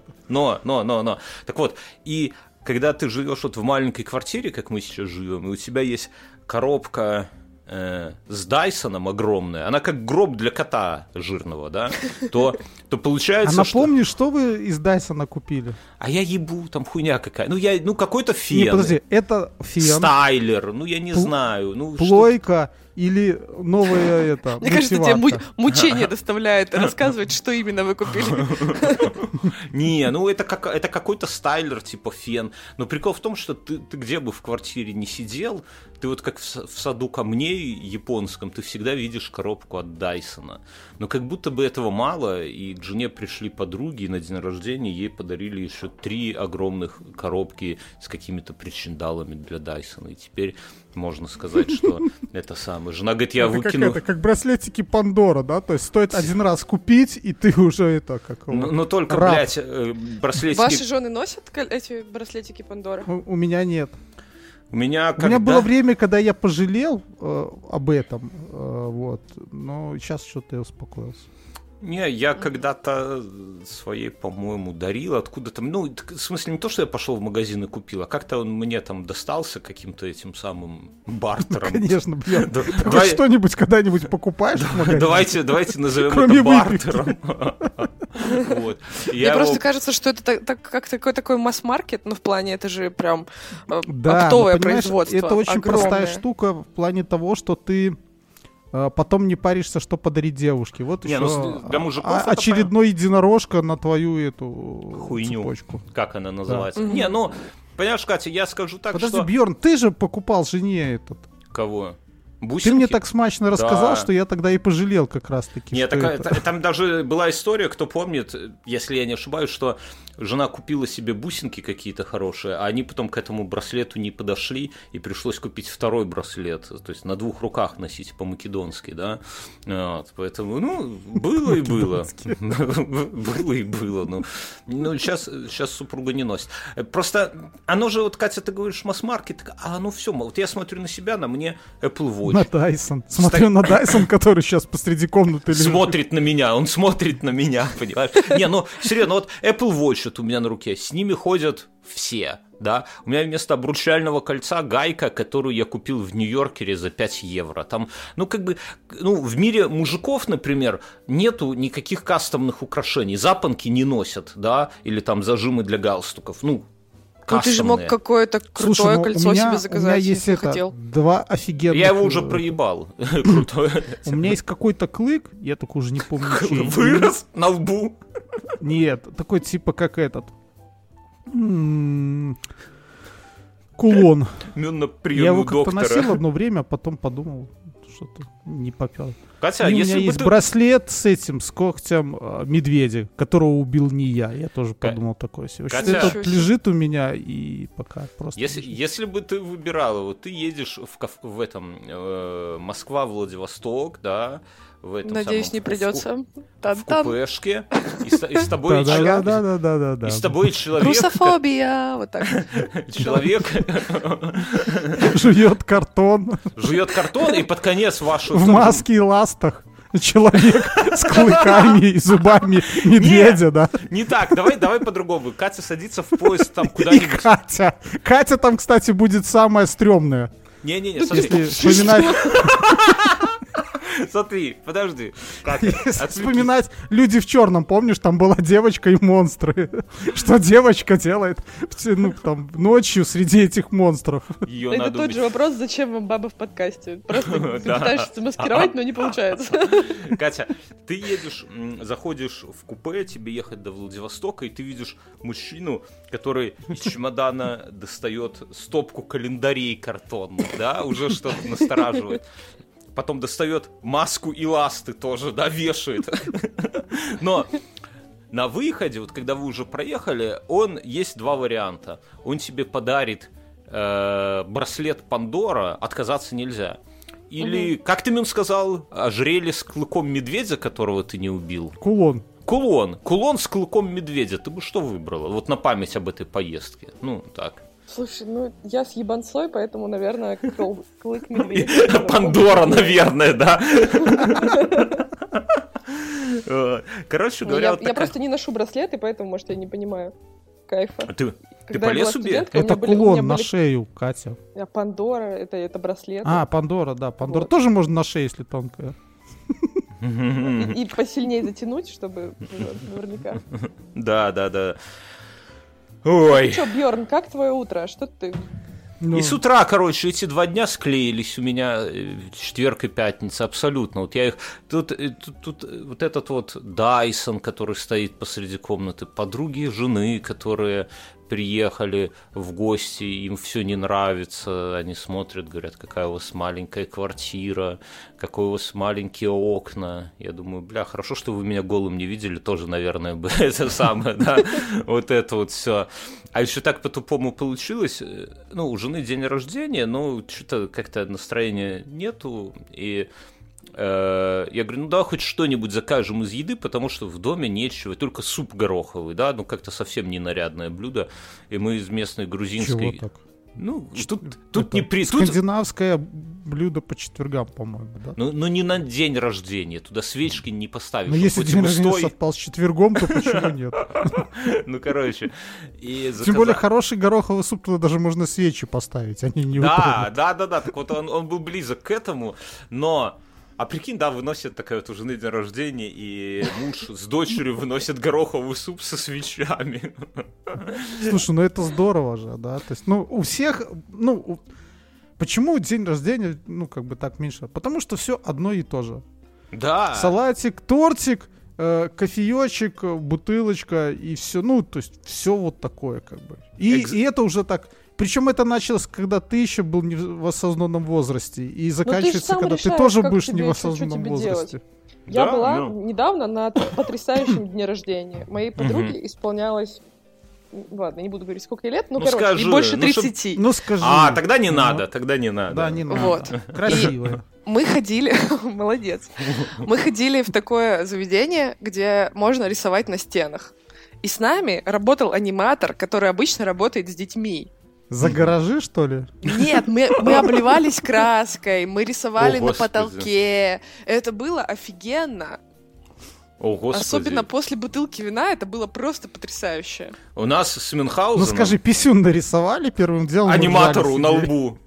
Так вот, и когда ты живешь вот в маленькой квартире, как мы сейчас живем, и у тебя есть коробка с Дайсоном огромная, она как гроб для кота жирного, да, то получается, напомни, что вы из Дайсона купили? А я ебу, там хуйня какая. Какой-то фен. Не, подожди, это фен. Стайлер, я не знаю. Плойка или новая это. Мне кажется, тебе мучение доставляет рассказывать, что именно вы купили. Не, это какой-то стайлер, типа фен. Но прикол в том, что ты где бы в квартире не сидел, ты вот как в саду камней японском, ты всегда видишь коробку от Дайсона. Но как будто бы этого мало, и к жене пришли подруги, и на день рождения ей подарили еще 3 огромных коробки с какими-то причиндалами для Дайсона. И теперь можно сказать, что это самое. Жена говорит, я выкину... Это как браслетики Пандора, да? То есть стоит один раз купить, и ты уже это как... Но только, блядь, браслетики... Ваши жены носят эти браслетики Пандора? У меня нет. У меня было время, когда я пожалел об этом, вот, но сейчас что-то я успокоился. Не, я когда-то своей, по-моему, дарил откуда-то. В смысле, не то, что я пошел в магазин и купил, а как-то он мне там достался каким-то этим самым бартером. Конечно, блин. Ты что-нибудь когда-нибудь покупаешь в магазине? Давайте назовем это бартером. Мне просто кажется, что это как такой масс-маркет, но в плане это же прям оптовое производство. Это очень простая штука в плане того, что ты потом не паришься, что подарить девушке. Вот еще для мужиков очередной единорожка на твою эту хуйню. Цепочку. Как она называется? Да. Не, понимаешь, Катя, я скажу так, Подожди, Бьерн, ты же покупал жене этот. Кого? Бусинки? Ты мне так смачно рассказал, что я тогда и пожалел как раз-таки. Нет, там даже была история, кто помнит, если я не ошибаюсь, что жена купила себе бусинки какие-то хорошие, а они потом к этому браслету не подошли, и пришлось купить второй браслет, то есть на 2 руках носить по-македонски, да, вот, поэтому, было и было. Было и было, сейчас супруга не носит. Просто, оно же, вот, Катя, ты говоришь, масс-маркет, а оно все, вот я смотрю на себя, на мне Apple Watch. На Dyson. Смотрю на Dyson, который сейчас посреди комнаты лежит. Смотрит на меня, он смотрит на меня, понимаешь? Не, серьезно, вот Apple Watch у меня на руке, с ними ходят все, да? У меня вместо обручального кольца гайка, которую я купил в Нью-Йоркере за 5 евро. Там, в мире мужиков, например, нету никаких кастомных украшений. Запонки не носят, да? Или там зажимы для галстуков, ты же мог какое-то крутое кольцо себе заказать, у меня есть если хотел. 2 офигенных... Я его уже проебал. У меня есть какой-то клык, я только уже не помню чей. Вырос на лбу? Нет, такой типа как этот. Кулон. Я его как-то носил одно время, а потом подумал, что-то не попал. Катя, у меня есть браслет с когтем медведя, которого убил не я. Я тоже подумал такое себе. Этот лежит у меня и пока просто... Если бы ты выбирала, вот ты едешь в этом Москва-Владивосток, да, в этом надеюсь, не придется. В купешке, и с тобой да. И с тобой человек... Русофобия! Вот так. Человек... Жует картон. И под конец вашу... В маске и ластах. Человек с клыками и зубами медведя, да? Не так, давай по-другому. Катя садится в поезд там куда-нибудь. И Катя там, кстати, будет самая стрёмная. Не-не-не, если вспоминать... Смотри, подожди. Вспоминать «Люди в черном», помнишь, там была девочка и монстры. Что девочка делает там ночью среди этих монстров? Это тот же вопрос, зачем вам баба в подкасте? Просто пытаешься маскировать, но не получается. Катя, ты едешь, заходишь в купе, тебе ехать до Владивостока, и ты видишь мужчину, который из чемодана достает стопку календарей картонных, да, уже что-то настораживает. Потом достает маску и ласты тоже, да, вешает. Но на выходе, вот когда вы уже проехали, есть два варианта. Он тебе подарит браслет Пандора, отказаться нельзя. Или, как ты мне сказал, ожерелье с клыком медведя, которого ты не убил? Кулон с клыком медведя. Ты бы что выбрала? Вот на память об этой поездке. Ну, так. Слушай, я с ебанцой, поэтому, наверное, клык медведя. Пандора, наверное, да. Короче говоря, я просто не ношу браслеты, поэтому, может, я не понимаю кайфа. Ты по лесу бегаешь? Это кулон на шею, Катя. А Пандора, это браслет. Пандора, да. Пандора тоже можно на шее, если тонкая. И посильнее затянуть, чтобы наверняка. Да. Ой. Ну что, Бьорн, как твое утро? Что ты? И с утра, короче, эти 2 дня склеились у меня, четверг и пятница, абсолютно. Вот я их... Тут вот этот вот Дайсон, который стоит посреди комнаты, подруги жены, которые приехали в гости, им все не нравится, они смотрят, говорят, какая у вас маленькая квартира, какие у вас маленькие окна. Я думаю, бля, хорошо, что вы меня голым не видели, тоже, наверное, бы это самое, да, вот это вот все. А еще так по-тупому получилось, у жены день рождения, но что-то как-то настроения нету, и я говорю, давай хоть что-нибудь закажем из еды, потому что в доме нечего, только суп гороховый, да, как-то совсем не нарядное блюдо, и мы из местной грузинской... Чего так? Тут не при... Скандинавское блюдо по четвергам, по-моему, да? Ну, не на день рождения, туда свечки не поставишь. Но если день рождения совпал с четвергом, то почему нет? Ну, короче. Тем более хороший гороховый суп, туда даже можно свечи поставить, они не Да, так вот он был близок к этому, но... А прикинь, да, выносят такая вот у жены день рождения, и муж с дочерью выносят гороховый суп со свечами. Слушай, это здорово же, да? То есть, у всех, почему день рождения, так меньше? Потому что все одно и то же. Да. Салатик, тортик, кофеечек, бутылочка и все, то есть все вот такое как бы. И это уже так... Причем это началось, когда ты еще был не в осознанном возрасте, и заканчивается, когда ты тоже будешь не в осознанном возрасте. Я была недавно на потрясающем дне рождения. Моей подруге исполнялось... Ладно, не буду говорить, сколько ей лет, ей больше 30. Скажи. Тогда не надо. Да, не надо. Вот. Красивая. Мы ходили... Молодец. Мы ходили в такое заведение, где можно рисовать на стенах. И с нами работал аниматор, который обычно работает с детьми. За гаражи, что ли? Нет, мы обливались краской, мы рисовали на потолке. Это было офигенно. О, Господи. Особенно после бутылки вина это было просто потрясающе. У нас с Мюнхгаузеном... скажи, писюн нарисовали первым делом? Аниматору на лбу.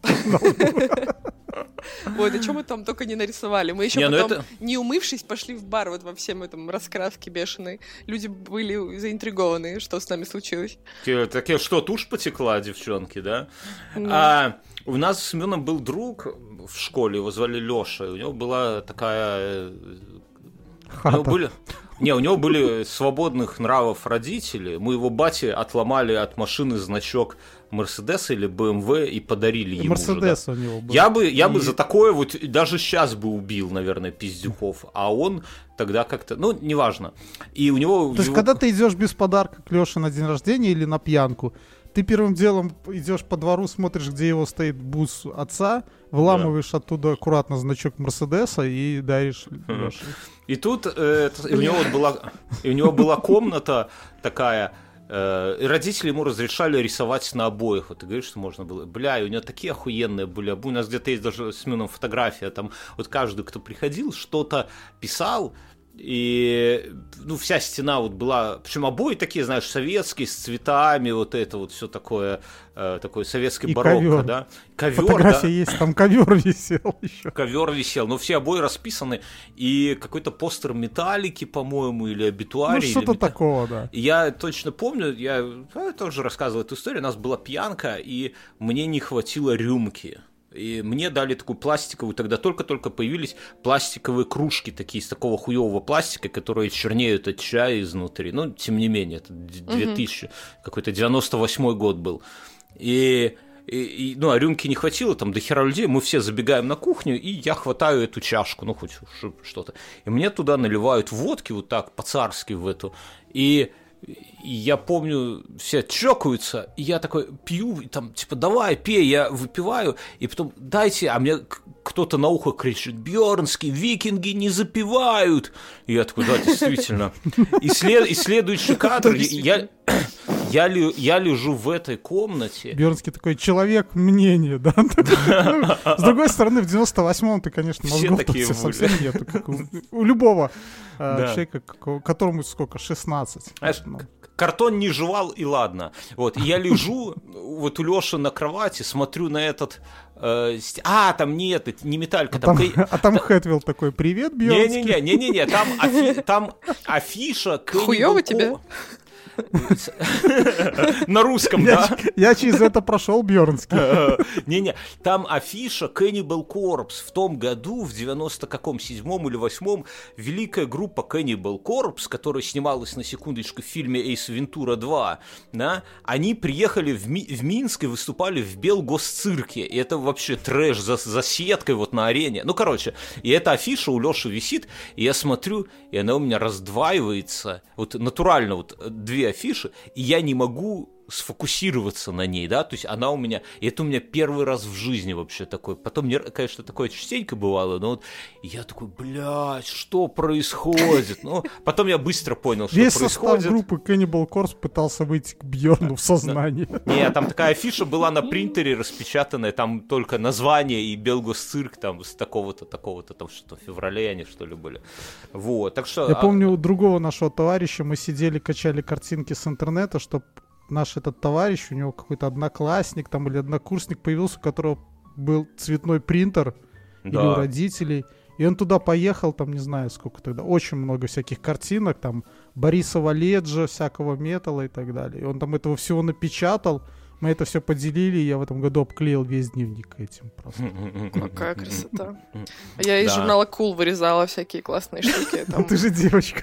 Ой, да что мы там только не нарисовали. Мы еще потом, не умывшись, пошли в бар вот во всем этом раскраске бешеной. Люди были заинтригованы, что с нами случилось. Такие, что, тушь потекла, девчонки, да? А у нас с Семеном был друг в школе, его звали Леша, и у него была такая... У него были свободных нравов родители. Мы его бате отломали от машины значок Мерседеса или БМВ и подарили ему. Мерседес у него был. Я бы за такое вот даже сейчас бы убил, наверное, пиздюков. А он тогда как-то... неважно. И у него... То есть, когда ты идешь без подарка к Лёше на день рождения или на пьянку, ты первым делом идешь по двору, смотришь, где его стоит бус отца, вламываешь оттуда аккуратно значок Мерседеса и даришь Лёше. И тут у него была комната такая, и родители ему разрешали рисовать на обоях. Вот ты говоришь, что можно было. Бля, и у него такие охуенные были обои. У нас где-то есть даже с Мюном фотография. Там вот каждый, кто приходил, что-то писал. И, вся стена вот была, причем обои такие, знаешь, советские, с цветами, вот это вот все такое советский барокко, ковер. да. Ковер, фотография есть, там ковер висел еще. Ковер висел, но все обои расписаны, и какой-то постер Металлики, по-моему, или Обитуарий. Что-то такого, да. Я точно помню, я тоже рассказывал эту историю, у нас была пьянка, и мне не хватило рюмки. И мне дали такую пластиковую, тогда только-только появились пластиковые кружки такие, из такого хуевого пластика, которые чернеют от чая изнутри. Но, тем не менее, это 2000, какой-то 98-й год был. А рюмки не хватило, там до хера людей, мы все забегаем на кухню, и я хватаю эту чашку, хоть что-то. И мне туда наливают водки вот так, по-царски в эту, и я помню, все чокаются, и я такой пью, и там, типа, давай, пей, я выпиваю, и потом, дайте, а мне кто-то на ухо кричит: Бьернский, викинги не запивают. И я такой: да, действительно. И следующий кадр, я лежу в этой комнате. Бьернский такой человек мнения, да? С другой стороны, в 98-м ты, конечно, мозгов совсем нету, как у любого человека, которому сколько, 16. Картон не жевал, и ладно. Вот, и я лежу вот у Лёши на кровати, смотрю на этот... там нет, это не Металлика. Там Хэтвилл такой: привет, Бьернский. Не-не-не, там афиша... Хуёво тебе? На русском, да? Я через это прошел, Бьернский. Не-не, там афиша Cannibal Corpse. В том году, в 97-м или 8-м, великая группа Cannibal Corpse, которая снималась, на секундочку, в фильме Эйс Вентура 2, да, они приехали в Минск и выступали в Белгосцирке. И это вообще трэш за сеткой вот на арене. И эта афиша у Лёши висит, и я смотрю, и она у меня раздваивается. Вот натурально вот две афиши, и я не могу сфокусироваться на ней, да, то есть она у меня, и это у меня первый раз в жизни вообще такой, потом, конечно, такое частенько бывало, но вот я такой: блядь, что происходит? Потом я быстро понял, что происходит. Весь состав группы Cannibal Corpse пытался выйти к Бьерну в сознание. Не, там такая афиша была на принтере распечатанная, там только название и Белгосцирк там с такого-то, там что-то в феврале они, что ли, были. Вот, так что... Я помню, у другого нашего товарища мы сидели, качали картинки с интернета, чтобы наш этот товарищ, у него какой-то одноклассник там или однокурсник появился, у которого был цветной принтер, или у родителей, и он туда поехал, там не знаю сколько тогда, очень много всяких картинок, там Бориса Валеджа, всякого металла и так далее. И он там этого всего напечатал, мы это все поделили, и я в этом году обклеил весь дневник этим просто. Какая красота. Я из журнала Cool вырезала всякие классные штуки. Ты же девочка.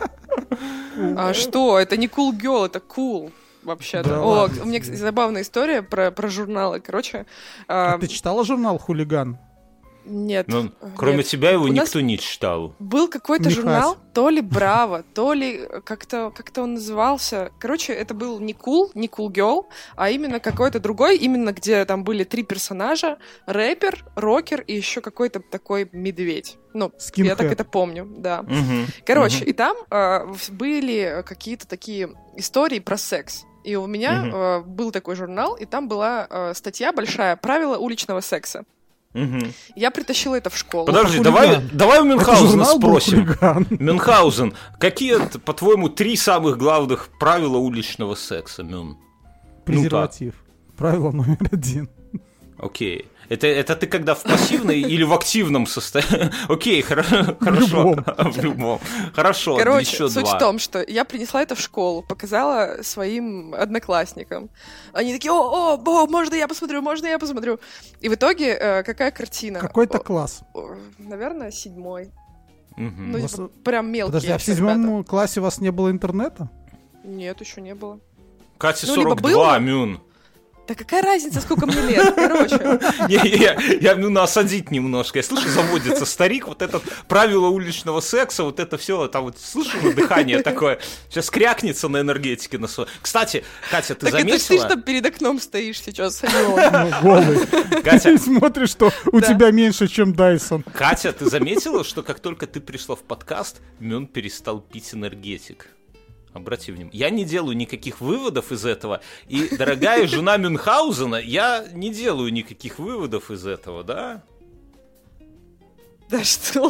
А что? Это не Cool Girl, это Cool. Вообще-то. Да, у меня, кстати, забавная история про журналы. Короче... ты читала журнал «Хулиган»? Нет. Кроме тебя его никто не читал. Был какой-то журнал, то ли «Браво», то ли как-то он назывался. Короче, это был не Cool Girl, а именно какой-то другой, именно где там были 3 персонажа: рэпер, рокер и еще какой-то такой медведь. Я так это помню, да. Короче, и там были какие-то такие истории про секс. И у меня был такой журнал, и там была статья большая «Правила уличного секса». Я притащила это в школу. Подожди, давай у Мюнхгаузена спросим. Мюнхгаузен, какие, по-твоему, 3 самых главных правила уличного секса, Мюн? Презерватив. Правило номер 1. Окей. Это ты когда в пассивной или в активном состоянии? Окей, хорошо. В любом. Хорошо, короче, еще 2. Суть в том, что я принесла это в школу, показала своим одноклассникам. Они такие: о, можно я посмотрю? И в итоге какая картина? Какой-то класс. Наверное, 7-й. Типа, прям мелкие. Подожди, а в 7 классе у вас не было интернета? Нет, еще не было. Кате 42, Мюн. Да какая разница, сколько мне лет, короче. Я осадить немножко. Я слышу, заводится старик, вот это правило уличного секса, вот это все, там вот слышу дыхание такое. Сейчас крякнется на энергетике. Кстати, Катя, ты заметила? Так это ты, что перед окном стоишь сейчас, голый. Катя, смотришь, что у тебя меньше, чем Дайсон. Катя, ты заметила, что как только ты пришла в подкаст, Мюн перестал пить энергетик? Обрати внимание. Я не делаю никаких выводов из этого. И, дорогая жена Мюнхгаузена, я не делаю никаких выводов из этого, да? Да что?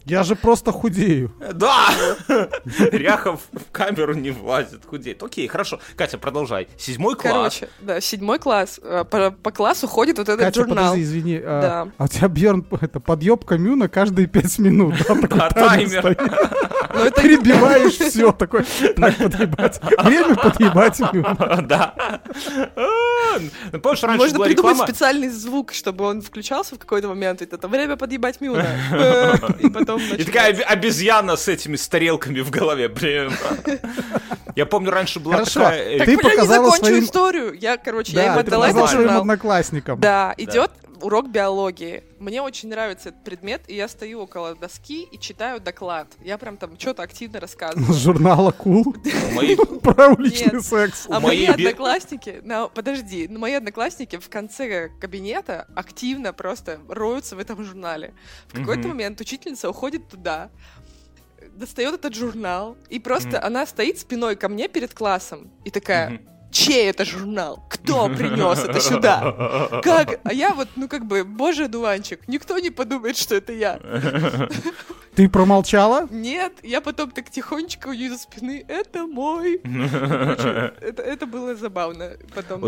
Я же просто худею. Да! Ряхов в камеру не влазит, худеет. Окей, хорошо. Катя, продолжай. 7 класс. Короче, да, 7 класс. По классу ходит вот этот Катя, журнал. подожди, извини. Да. А у тебя, Бьерн, подъебка Мюна каждые 5 минут. Да, таймер. Перебиваешь все такое. Так, подъебать. Время подъебать Мюна. Да. Помнишь, раньше можно была придумать реклама... специальный звук, чтобы он включался в какой-то момент, и это время подъебать Мюна. И потом И такая обезьяна с этими тарелками в голове. Блин. Я помню, раньше была такая... Так, ты бля, не показала закончу своим... историю. Я им Да, ты отдала этот показала своим журнал. одноклассникам. Да, идет урок биологии. Мне очень нравится этот предмет, и я стою около доски и читаю доклад. Я прям там что-то активно рассказываю. Журнал «Акул». Мои... Про уличный Нет. секс. А мои одноклассники, мои одноклассники в конце кабинета активно просто роются в этом журнале. В какой-то момент учительница уходит туда, достает этот журнал, и просто она стоит спиной ко мне перед классом и такая: чей это журнал? Кто принес это сюда? Как? А я вот, божий одуванчик. Никто не подумает, что это я. Ты промолчала? Нет, я потом так тихонечко у нее за спины: это мой. Короче, это было забавно. Потом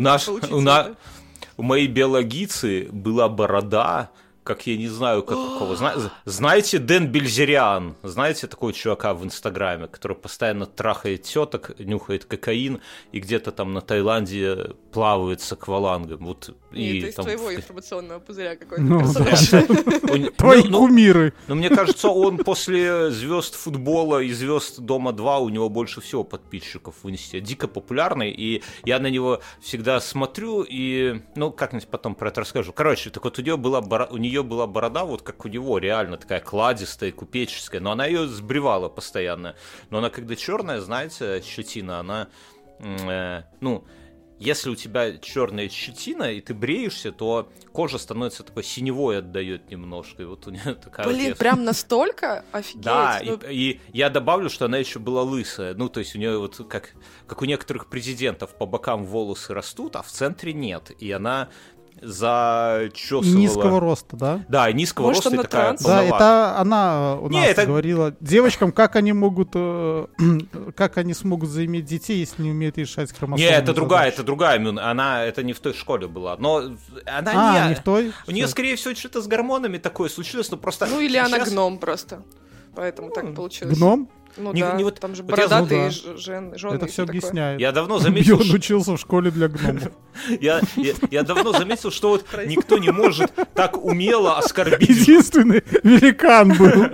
у моей биологицы была борода, как я не знаю, какого. Знаете Дэн Бильзериан? Знаете такого чувака в Инстаграме, который постоянно трахает теток, нюхает кокаин и где-то там на Таиланде плавает с аквалангом? Вот, и это из твоего информационного пузыря какой-то. Твои кумиры. Но мне кажется, он после звезд футбола и звезд Дома-2, у него больше всего подписчиков в Инсте. Дико популярный, и я на него всегда смотрю, и, как-нибудь потом про это расскажу. Короче, так вот у нее была борода, вот как у него, реально такая кладистая, купеческая, но она ее сбривала постоянно. Но она когда черная, знаете, щетина, она, если у тебя черная щетина, и ты бреешься, то кожа становится такой синевой, отдает немножко. И вот у нее такая... Блин, прям настолько? Офигеть. Да, и я добавлю, что она еще была лысая. То есть у нее вот как у некоторых президентов по бокам волосы растут, а в центре нет. И она зачесывала... Низкого роста, да? Да, низкого роста и такая транс? Да, это она у нас говорила девочкам, как они смогут заиметь детей, если не умеют решать хромосомные задачи. Нет, это другая. Это не в той школе была. Но она не в той? У нее, скорее всего, что-то с гормонами такое случилось, но просто... или она гном просто. Поэтому так получилось. Гном? Там же бородатые жены. Это все объясняет. Я давно заметил... Бьерн учился в школе для гномов. Я давно заметил, что вот никто не может так умело оскорбить... Единственный великан был.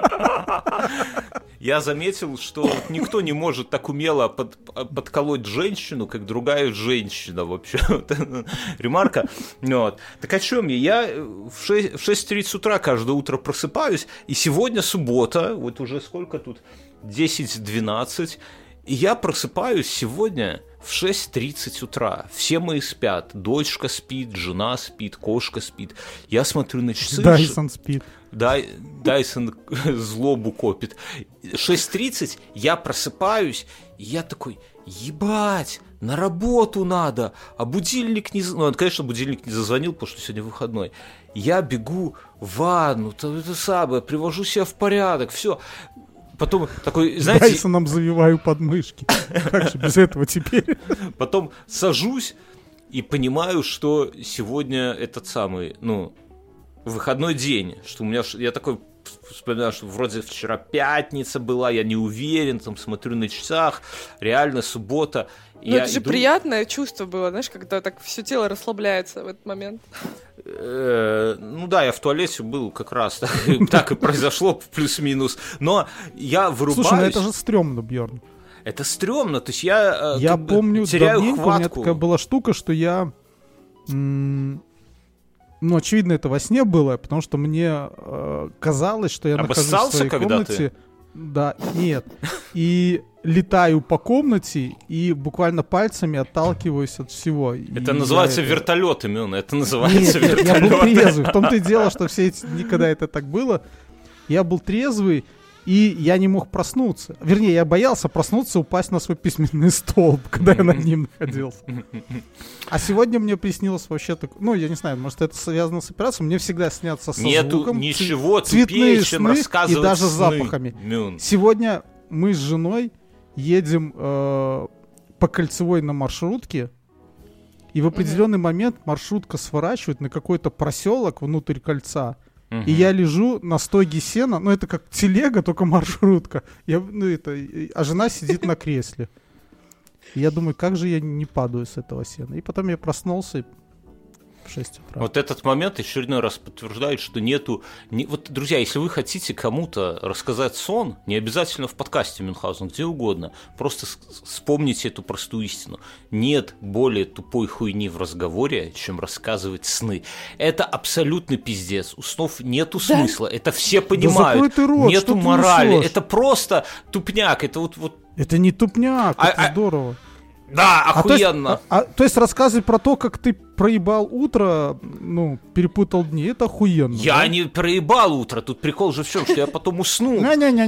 Я заметил, что никто не может так умело подколоть женщину, как другая женщина вообще. Ремарка. Так о чем я? Я в 6:30 утра каждое утро просыпаюсь, и сегодня суббота, вот уже сколько тут? 10-12, и я просыпаюсь сегодня в 6:30 утра. Все мои спят. Дочка спит, жена спит, кошка спит. Я смотрю на часы. Дайсон спит. Дайсон злобу копит. 6:30 я просыпаюсь, и я такой: ебать, на работу надо, а будильник не... конечно, будильник не зазвонил, потому что сегодня выходной. Я бегу в ванну, это самое, привожу себя в порядок, все. Потом такой, знаете... Дайсоном завиваю подмышки. Как же без этого теперь? Потом сажусь и понимаю, что сегодня этот самый, выходной день, что у меня... Я такой вспоминаю, что вроде вчера пятница была, я не уверен, там смотрю на часах, реально суббота. Это же приятное чувство было, знаешь, когда так все тело расслабляется в этот момент. Я в туалете был как раз, так и произошло, плюс-минус. Но я вырубаюсь... Слушай, это же стрёмно, Бьерн. Это стрёмно, то есть я помню, теряю давненько хватку. У меня такая была штука, что я... очевидно, это во сне было, потому что мне казалось, что я нахожусь в своей комнате. Да, нет. И летаю по комнате и буквально пальцами отталкиваюсь от всего. Это называется вертолет, именно. Это называется вертолет. Я был трезвый. В том-то и дело, что никогда это так было. Я был трезвый, И я не мог проснуться. Вернее, я боялся проснуться, упасть на свой письменный столб, когда я над ним находился. А сегодня мне приснилось вообще так... Ну, я не знаю, может, это связано с операцией. Мне всегда снятся со звуком. Ничего цветные тупее, чем рассказывать и даже сны. запахами. Сегодня мы с женой едем по кольцевой на маршрутке. И в определенный момент маршрутка сворачивает на какой-то проселок внутрь кольца. И я лежу на стоге сена, ну это как телега, только маршрутка. А жена сидит на кресле. И я думаю, как же я не падаю с этого сена. И потом я проснулся в 6 утра. Вот этот момент очередной раз подтверждает, что нету... Вот, друзья, если вы хотите кому-то рассказать сон, не обязательно в подкасте Мюнхгаузен, где угодно, просто вспомните эту простую истину. Нет более тупой хуйни в разговоре, чем рассказывать сны. Это абсолютный пиздец. У снов нету смысла. Это все понимают. Да рот, нету морали. Это просто тупняк. Это вот... Это не тупняк, это здорово. Да, охуенно. То есть рассказывать про то, как ты проебал утро, ну, перепутал дни, это охуенно. Я не проебал утро, тут прикол же в чем, что я потом уснул.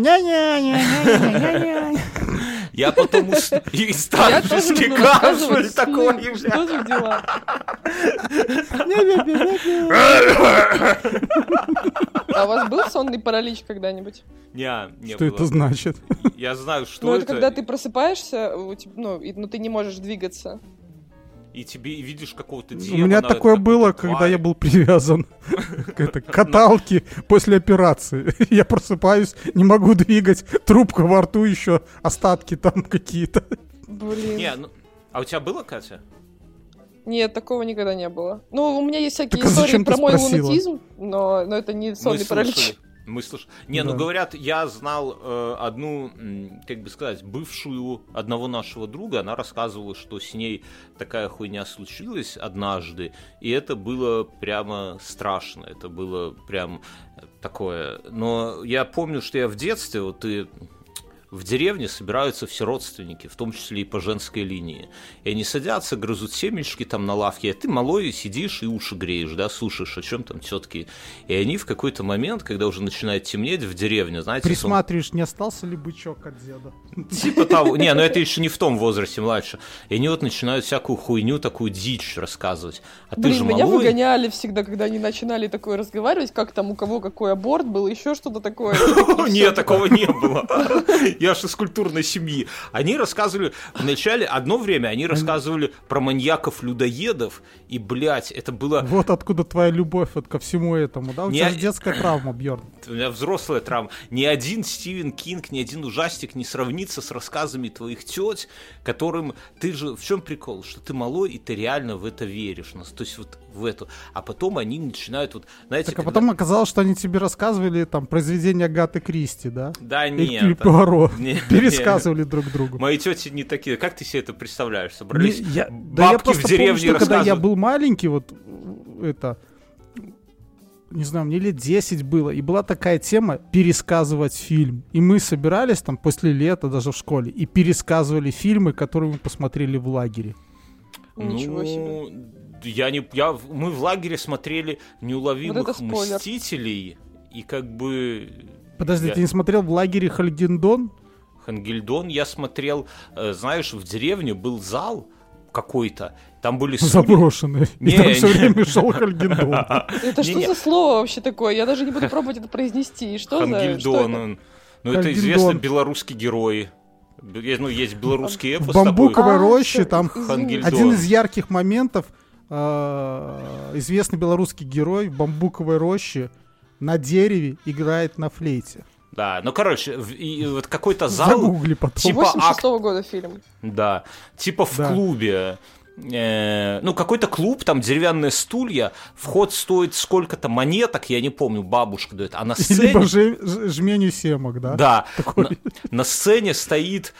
Я потом уснул. И старческий кашель такой. Что за дела? А у вас был сонный паралич когда-нибудь? Не что было. Это значит? Я знаю, что это. Когда ты просыпаешься, но ты не можешь двигаться. И тебе видишь какого-то демона. У меня такое было, когда я был привязан к каталке после операции. Я просыпаюсь, не могу двигать, трубка во рту еще, остатки там какие-то. Блин. А у тебя было, Катя? Нет, такого никогда не было. Ну, у меня есть всякие истории про мой лунатизм, но это не сонный паралич. Мы слышали. Ну говорят, я знал одну, как бы сказать, бывшую одного нашего друга, она рассказывала, что с ней такая хуйня случилась однажды, и это было прямо страшно, это было прям такое. Но я помню, что я в детстве, вот в деревне собираются все родственники, в том числе и по женской линии. И они садятся, грызут семечки там на лавке, а ты малой сидишь и уши греешь, да, слушаешь, о чем там тетки. И они в какой-то момент, когда уже начинает темнеть в деревне, знаете... Присматриваешь, не остался ли бычок от деда? Типа того. Не, ну это еще не в том возрасте, младше. И они вот начинают всякую хуйню, такую дичь рассказывать. А ты же малой... меня выгоняли всегда, когда они начинали такое разговаривать, как там у кого какой аборт был, еще что-то такое. Нет, такого не было. Я же из культурной семьи. Они рассказывали, вначале, одно время они рассказывали про маньяков-людоедов, и, блядь, это было... Вот откуда твоя любовь вот ко всему этому, да? У тебя же детская травма, Бьерн. У меня взрослая травма. Ни один Стивен Кинг, ни один ужастик не сравнится с рассказами твоих теть, которым ты же... В чем прикол? Что ты малой, и ты реально в это веришь. То есть вот в эту. А потом они начинают вот... Знаете, так, а потом оказалось, что они тебе рассказывали там произведения Агаты Кристи, да? Да нет. Или Пуаро. Пересказывали друг другу. Мои тети не такие. Как ты себе это представляешь? Собрались бабки в деревне рассказывают. Когда я был маленький, вот это... Не знаю, мне лет 10 было, и была такая тема пересказывать фильм. И мы собирались там после лета даже в школе и пересказывали фильмы, которые мы посмотрели в лагере. Ничего себе. Мы в лагере смотрели «Неуловимых мстителей», и как бы... Подожди, ты не смотрел в лагере Хальгиндон? Хальгиндон я смотрел, знаешь, в деревне был зал какой-то, там были... Заброшенные. И там все время шел Хальгиндон. Это что за слово вообще такое? Я даже не буду пробовать это произнести. Что за... Хальгиндон. Ну, это известный белорусский герой. Ну, есть белорусский эпос. В бамбуковой роще там Хальгиндон. Один из ярких моментов. Известный белорусский герой в бамбуковой роще на дереве играет на флейте. Да, ну, короче, и вот какой-то зал... Загугли потом. Типа 86-го года фильм. Да, типа в клубе. Ну, какой-то клуб, там деревянные стулья, вход стоит сколько-то монеток, я не помню, бабушка дает, а на сцене... Либо жменю семок, да? Да, на сцене стоит...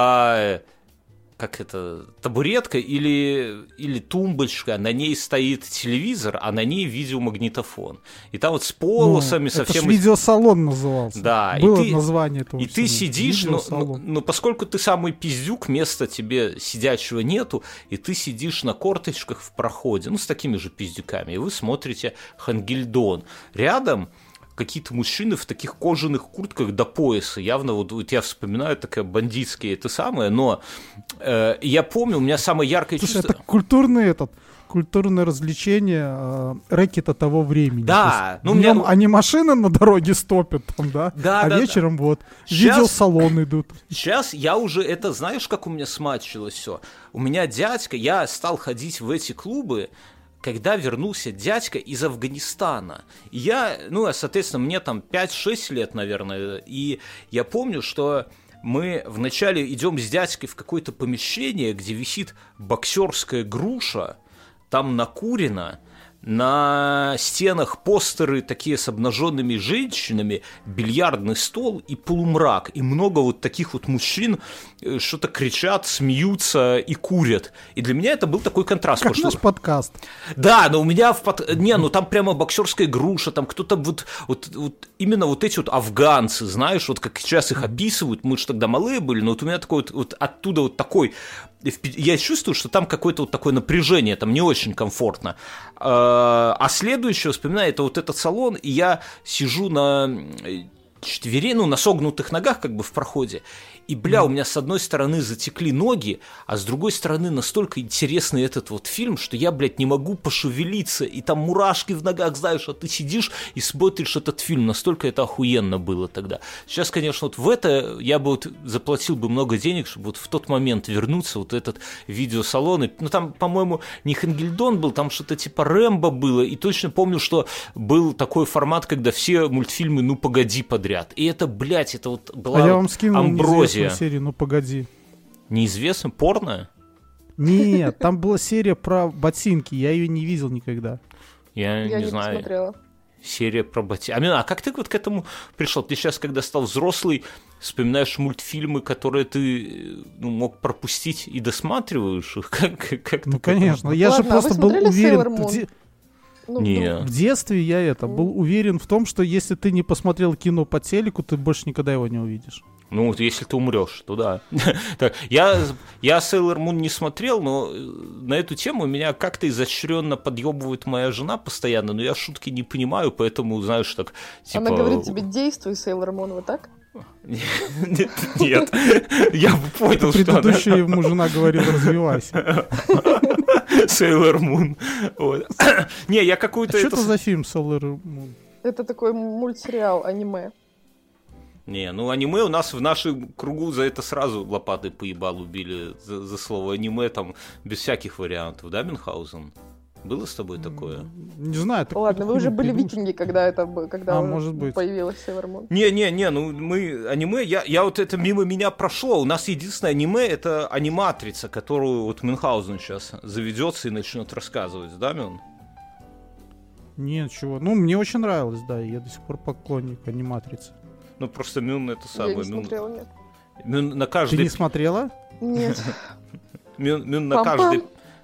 как это, табуретка или тумбочка, на ней стоит телевизор, а на ней видеомагнитофон. И там вот с полосами совсем... Это ж видеосалон назывался. Да. Было название этого. И ты сидишь, но поскольку ты самый пиздюк, места тебе сидячего нету, и ты сидишь на корточках в проходе, ну, с такими же пиздюками, и вы смотрите Хальгиндон. Рядом какие-то мужчины в таких кожаных куртках до пояса. Явно вот я вспоминаю, такая бандитская это самое, но я помню, у меня самое яркое чувство... это культурное развлечение рэкета того времени. Да. Ну, днем они машины на дороге стопят там, да? Вечером вот видеосалоны идут. Сейчас я уже это, знаешь, как у меня смачилось все? У меня дядька, я стал ходить в эти клубы, когда вернулся дядька из Афганистана. И соответственно, мне там 5-6 лет, наверное, и я помню, что мы вначале идем с дядькой в какое-то помещение, где висит боксерская груша, там накурено, на стенах постеры такие с обнаженными женщинами, бильярдный стол и полумрак. И много вот таких вот мужчин что-то кричат, смеются и курят. И для меня это был такой контраст. Как наш подкаст. Да, но у меня там прямо боксерская груша, там кто-то вот именно вот эти вот афганцы, знаешь, вот как сейчас их описывают, мы же тогда малые были, но вот у меня такой вот оттуда вот такой... Я чувствую, что там какое-то вот такое напряжение, там не очень комфортно. А следующее, вспоминаю, это вот этот салон, и я сижу на на согнутых ногах как бы в проходе, и, у меня с одной стороны затекли ноги, а с другой стороны настолько интересный этот вот фильм, что я, не могу пошевелиться, и там мурашки в ногах, знаешь, а ты сидишь и смотришь этот фильм, настолько это охуенно было тогда. Сейчас, конечно, вот в это я бы вот заплатил бы много денег, чтобы вот в тот момент вернуться, вот этот видеосалон, там, по-моему, не Хангельдон был, там что-то типа Рэмбо было, и точно помню, что был такой формат, когда все мультфильмы «Ну, погоди» подряд, и это, это вот была я вам скинул амброзия. Серию «Ну, погоди». Неизвестно? Порно? Нет, там была серия про ботинки, я ее не видел никогда. Я не знаю. Посмотрела. Серия про ботинки. А как ты вот к этому пришел? Ты сейчас, когда стал взрослый, вспоминаешь мультфильмы, которые ты мог пропустить и досматриваешь их? Ну, конечно. Я же просто был уверен... Нет. В детстве я был уверен в том, что если ты не посмотрел кино по телеку, ты больше никогда его не увидишь. Ну, если ты умрешь, то да. Я Sailor Moon не смотрел, но на эту тему меня как-то изощренно подъебывает моя жена постоянно, но я шутки не понимаю, поэтому, знаешь, так, типа... Она говорит тебе: действуй, Sailor Moon, вот так? Нет, я бы понял, что она... Предыдущая ему жена говорила: развивайся. Sailor Moon. Не, я какую-то... Что это за фильм Sailor Moon? Это такой мультсериал, аниме. Не, аниме у нас в нашем кругу за это сразу лопатой по ебалу били за слово аниме, там без всяких вариантов, да, Мюнхгаузен? Было с тобой такое? Не знаю. Ладно, вы уже были викинги, когда может быть. Появилась Sailor Moon. Не, мы аниме, я вот это мимо меня прошло. У нас единственное аниме — это аниматрица, которую вот Мюнхгаузен сейчас заведется и начнет рассказывать, да, Мюн? Нет, чего. Мне очень нравилось, да, я до сих пор поклонник аниматрицы. Просто Мюн это самое. Я не смотрела, нет. Мюн на каждый... Ты не смотрела? Нет. Мюн на каждый...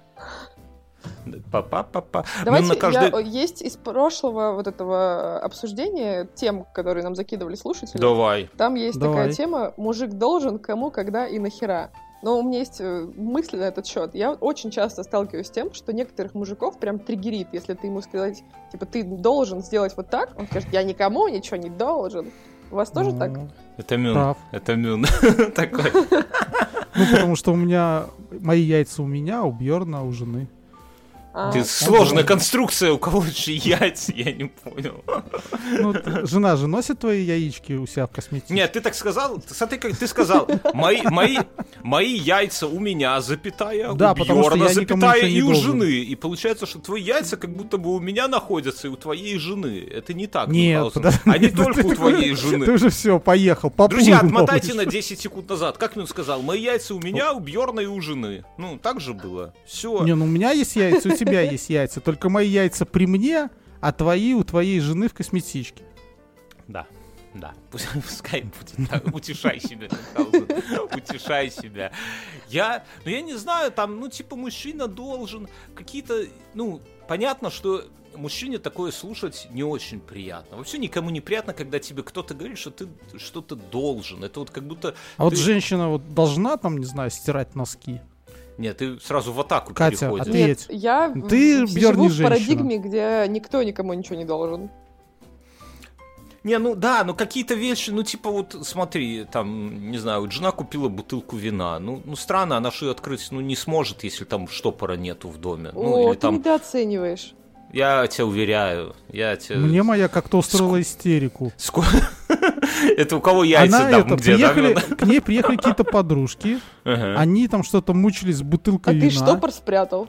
Давайте, есть из прошлого вот этого обсуждения тем, которые нам закидывали слушатели. Давай. Там есть такая тема: мужик должен, кому, когда и нахера. Но у меня есть мысли на этот счет. Я очень часто сталкиваюсь с тем, что некоторых мужиков прям триггерит, если ты ему сказать, типа, ты должен сделать вот так, он скажет: я никому ничего не должен. У вас тоже так? Это Мюн. Прав. Это Мюн. Такой. Потому что мои яйца у меня, у Бьорна, у жены. Сложная конструкция, у кого же яйца, я не понял. Жена же носит твои яички у себя в косметике? Нет, ты так сказал, смотри, как ты сказал, мои яйца у меня, запятая, у Бьорна, запятая, и у жены. И получается, что твои яйца как будто бы у меня находятся и у твоей жены. Это не так. Нет, а не только у твоей жены. Ты уже все, поехал. Друзья, отмотайте на 10 секунд назад. Как Мюн сказал, мои яйца у меня, у Бьорна и у жены. Так же было. Все. Не, у меня есть яйца, у тебя есть яйца. Только мои яйца при мне, а твои у твоей жены в косметичке. Да. Пускай будет так. Утешай себя, утешай себя. Я не знаю, там, мужчина должен какие-то, понятно, что мужчине такое слушать не очень приятно. Вообще никому не приятно, когда тебе кто-то говорит, что ты что-то должен. Это вот как будто... А вот женщина должна, стирать носки? Нет, ты сразу в атаку Катя, переходишь. Нет, я живу в парадигме, где никто никому ничего не должен. Не, ну да, ну какие-то вещи, ну типа вот смотри, там, не знаю, вот жена купила бутылку вина, ну странно, она же ее открыть, ну не сможет, если там штопора нету в доме. Ну, или ты там... недооцениваешь. Я тебя уверяю, Мне моя как-то устроила истерику. Это у кого яйца там где, да? К ней приехали какие-то подружки, они там что-то мучились с бутылкой вина. А ты штопор спрятал?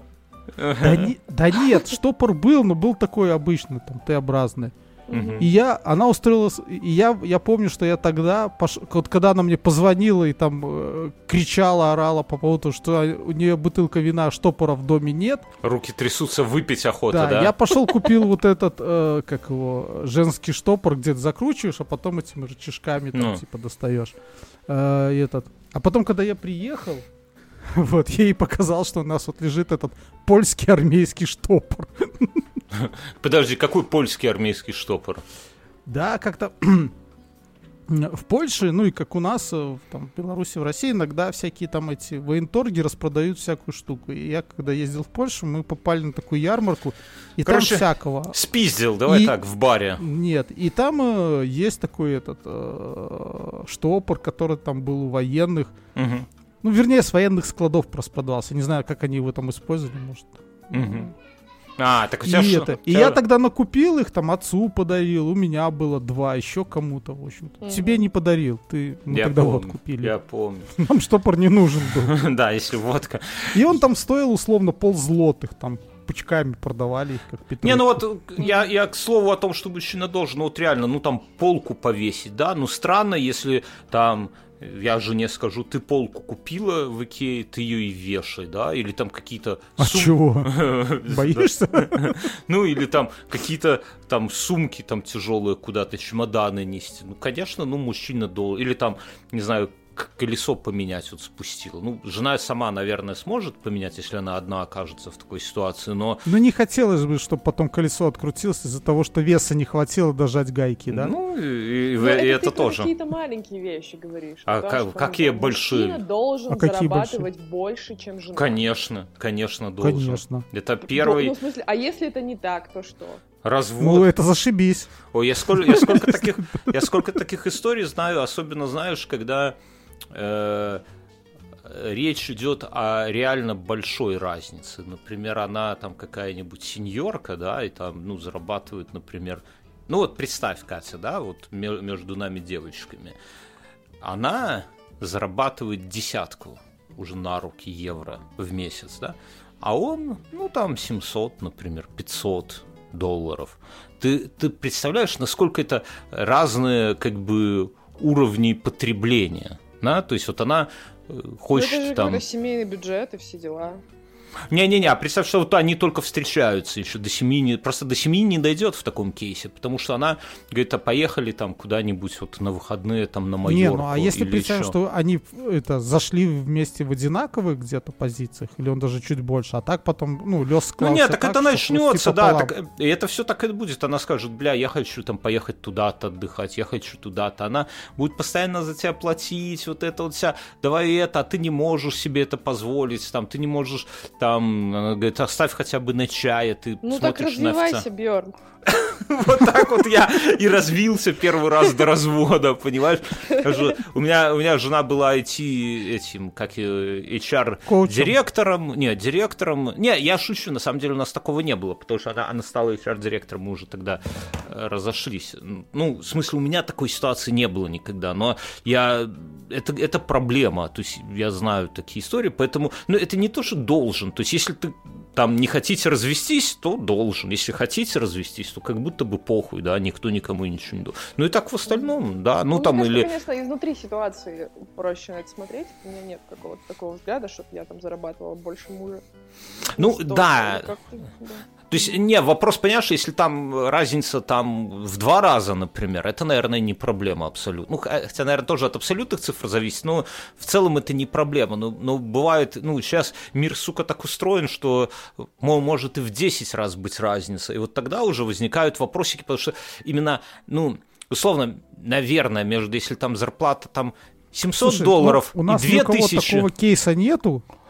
Да нет, штопор был, но был такой обычный, там, Т-образный. И она устроилась, и я помню, что я тогда, вот когда она мне позвонила и там кричала, орала по поводу, что у нее бутылка вина, штопора в доме нет. Руки трясутся, выпить охота, да? Я пошел купил вот этот, женский штопор, где ты закручиваешь, а потом этими рычажками там типа достаешь. А потом, когда я приехал, вот, я ей показал, что у нас вот лежит этот польский армейский штопор. Подожди, какой польский армейский штопор? Да, как-то в Польше, ну и как у нас, там, в Беларуси, в России, иногда всякие там эти военторги распродают всякую штуку. И я, когда ездил в Польшу, мы попали на такую ярмарку, и там всякого. Спиздил, давай так, в баре. Нет, и там есть такой штопор, который там был у военных. Ну, вернее, с военных складов просто продавался. Не знаю, как они его там использовали, может. Так у тебя что? И я тогда накупил их, там, отцу подарил, у меня было 2, еще кому-то, в общем-то. Тебе не подарил, мы тогда вот купили. Я помню. Нам штопор не нужен был. Да, если водка. И он там стоил, условно, 0,5, там, пучками продавали их, как петрушку. Не, ну вот, я к слову о том, что мужчина должен, вот реально, ну там полку повесить, да, ну странно, если там... Я жене скажу, ты полку купила в Икее, ты ее и вешай, да, или там какие-то... чего? Боишься? Ну, или там какие-то там сумки там тяжелые куда-то, чемоданы нести. Ну, конечно, мужчина должен... Или там, не знаю, колесо поменять вот спустила. Ну, жена сама, наверное, сможет поменять, если она одна окажется в такой ситуации, но... Ну, не хотелось бы, чтобы потом колесо открутилось из-за того, что веса не хватило дожать гайки, да? Ну, и это ты тоже. Какие-то маленькие вещи говоришь. А какие большие? Мужчина должен зарабатывать больше, чем жена. Конечно должен. Конечно. Это первый... Ну, в смысле, а если это не так, то что? Развод. Ну, это зашибись. Ой, я сколько таких историй знаю, особенно, знаешь, когда речь идет о реально большой разнице. Например, она там какая-нибудь сеньорка, да, и там, зарабатывает, например... Ну вот представь, Катя, да, вот между нами девочками. Она зарабатывает 10 уже на руки евро в месяц, да, а он, там 700, например, 500 долларов. Ты представляешь, насколько это разные, как бы, уровни потребления? Да? То есть вот она хочет это же там... какой-то семейный бюджет и все дела. Не-не-не, а представь, что вот они только встречаются, еще до семьи, просто до семьи не дойдет в таком кейсе, потому что она говорит, а поехали там куда-нибудь вот на выходные, там на Майорку. Не, ну а если представим, что они зашли вместе в одинаковых где-то позициях, или он даже чуть больше, а так потом, лёс склался. Ну нет, так это начнется, да, пополам. так, и это все так и будет. Она скажет, я хочу там поехать туда-то отдыхать, я хочу туда-то. Она будет постоянно за тебя платить, вот это вот вся, давай это, а ты не можешь себе это позволить, там, ты не можешь... Там, она говорит, оставь хотя бы на чай, ты смотришь так развивайся, Бьорн. Вот так вот я и развился первый раз до развода, понимаешь? У меня жена была HR-директором. Не, я шучу, на самом деле у нас такого не было, потому что она стала HR-директором, мы уже тогда разошлись. Ну, в смысле, у меня такой ситуации не было никогда, но это проблема, то есть я знаю такие истории, поэтому, это не то, что должен, то есть если ты там не хотите развестись, то должен. Если хотите развестись, то как будто бы похуй, да, никто никому ничего не должен. Ну и так в остальном, да, мне кажется, конечно, изнутри ситуации проще на это смотреть. У меня нет какого-то такого взгляда, чтобы я там зарабатывала больше мужа. Ну, да. То есть, вопрос, понимаешь, если там разница там в 2 раза, например, это, наверное, не проблема абсолютно. Ну, хотя, наверное, тоже от абсолютных цифр зависит, но в целом это не проблема. Но бывает, сейчас мир, сука, так устроен, что, может и в 10 раз быть разница. И вот тогда уже возникают вопросики, потому что именно, условно, наверное, если там зарплата там $700 у нас и 2000... такого кейса нету.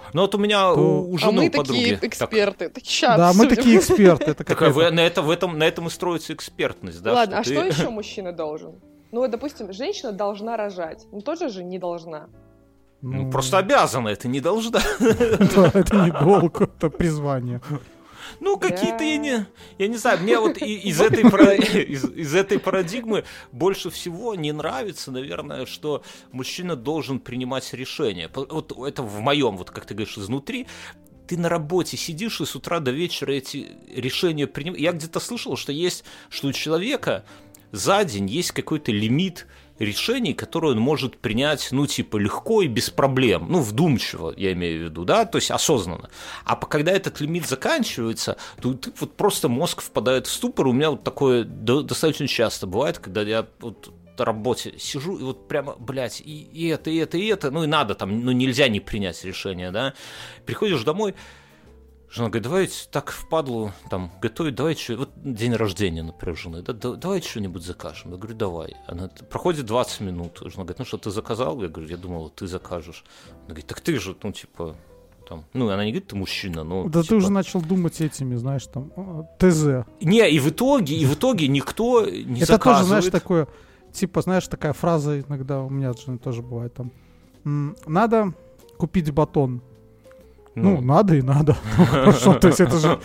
Ну вот у меня у жены, а мы подруги. Такие эксперты. Так. Сейчас, да, мы такие эксперты. Это на этом и строится экспертность. Да, ладно, что еще мужчина должен? Ну вот, допустим, женщина должна рожать. Ну тоже же не должна. Ну, просто обязана, это не должна. Да, это не долг, это призвание. Ну, какие-то, я не знаю, мне вот из этой парадигмы больше всего не нравится, наверное, что мужчина должен принимать решения. Вот это в моем, вот как ты говоришь, изнутри. Ты на работе сидишь и с утра до вечера эти решения принимаешь. Я где-то слышал, что у человека за день есть какой-то лимит решений, которые он может принять, ну, типа, легко и без проблем, ну, вдумчиво, я имею в виду, да, то есть осознанно. А когда этот лимит заканчивается, то вот просто мозг впадает в ступор. У меня вот такое достаточно часто бывает, когда я вот на работе сижу, и вот прямо, блядь, и это, ну, и надо там, ну, нельзя не принять решение, да. Приходишь домой, жена говорит, давай так впадлу там готовить, давай что, вот день рождения, например, жены, давай что-нибудь закажем. Я говорю, давай. Она проходит 20 минут, жена говорит, ну что, ты заказал? Я говорю, я думала, ты закажешь. Она говорит, так ты же, ну типа, там, ну она не говорит, ты мужчина, но... Да типа... ты уже начал думать этими, знаешь, там, ТЗ. Не, и в итоге никто не это заказывает. Это тоже, знаешь, такое, типа, знаешь, такая фраза иногда у меня тоже бывает там, надо купить батон. Ну, надо и надо. Что, то есть это же...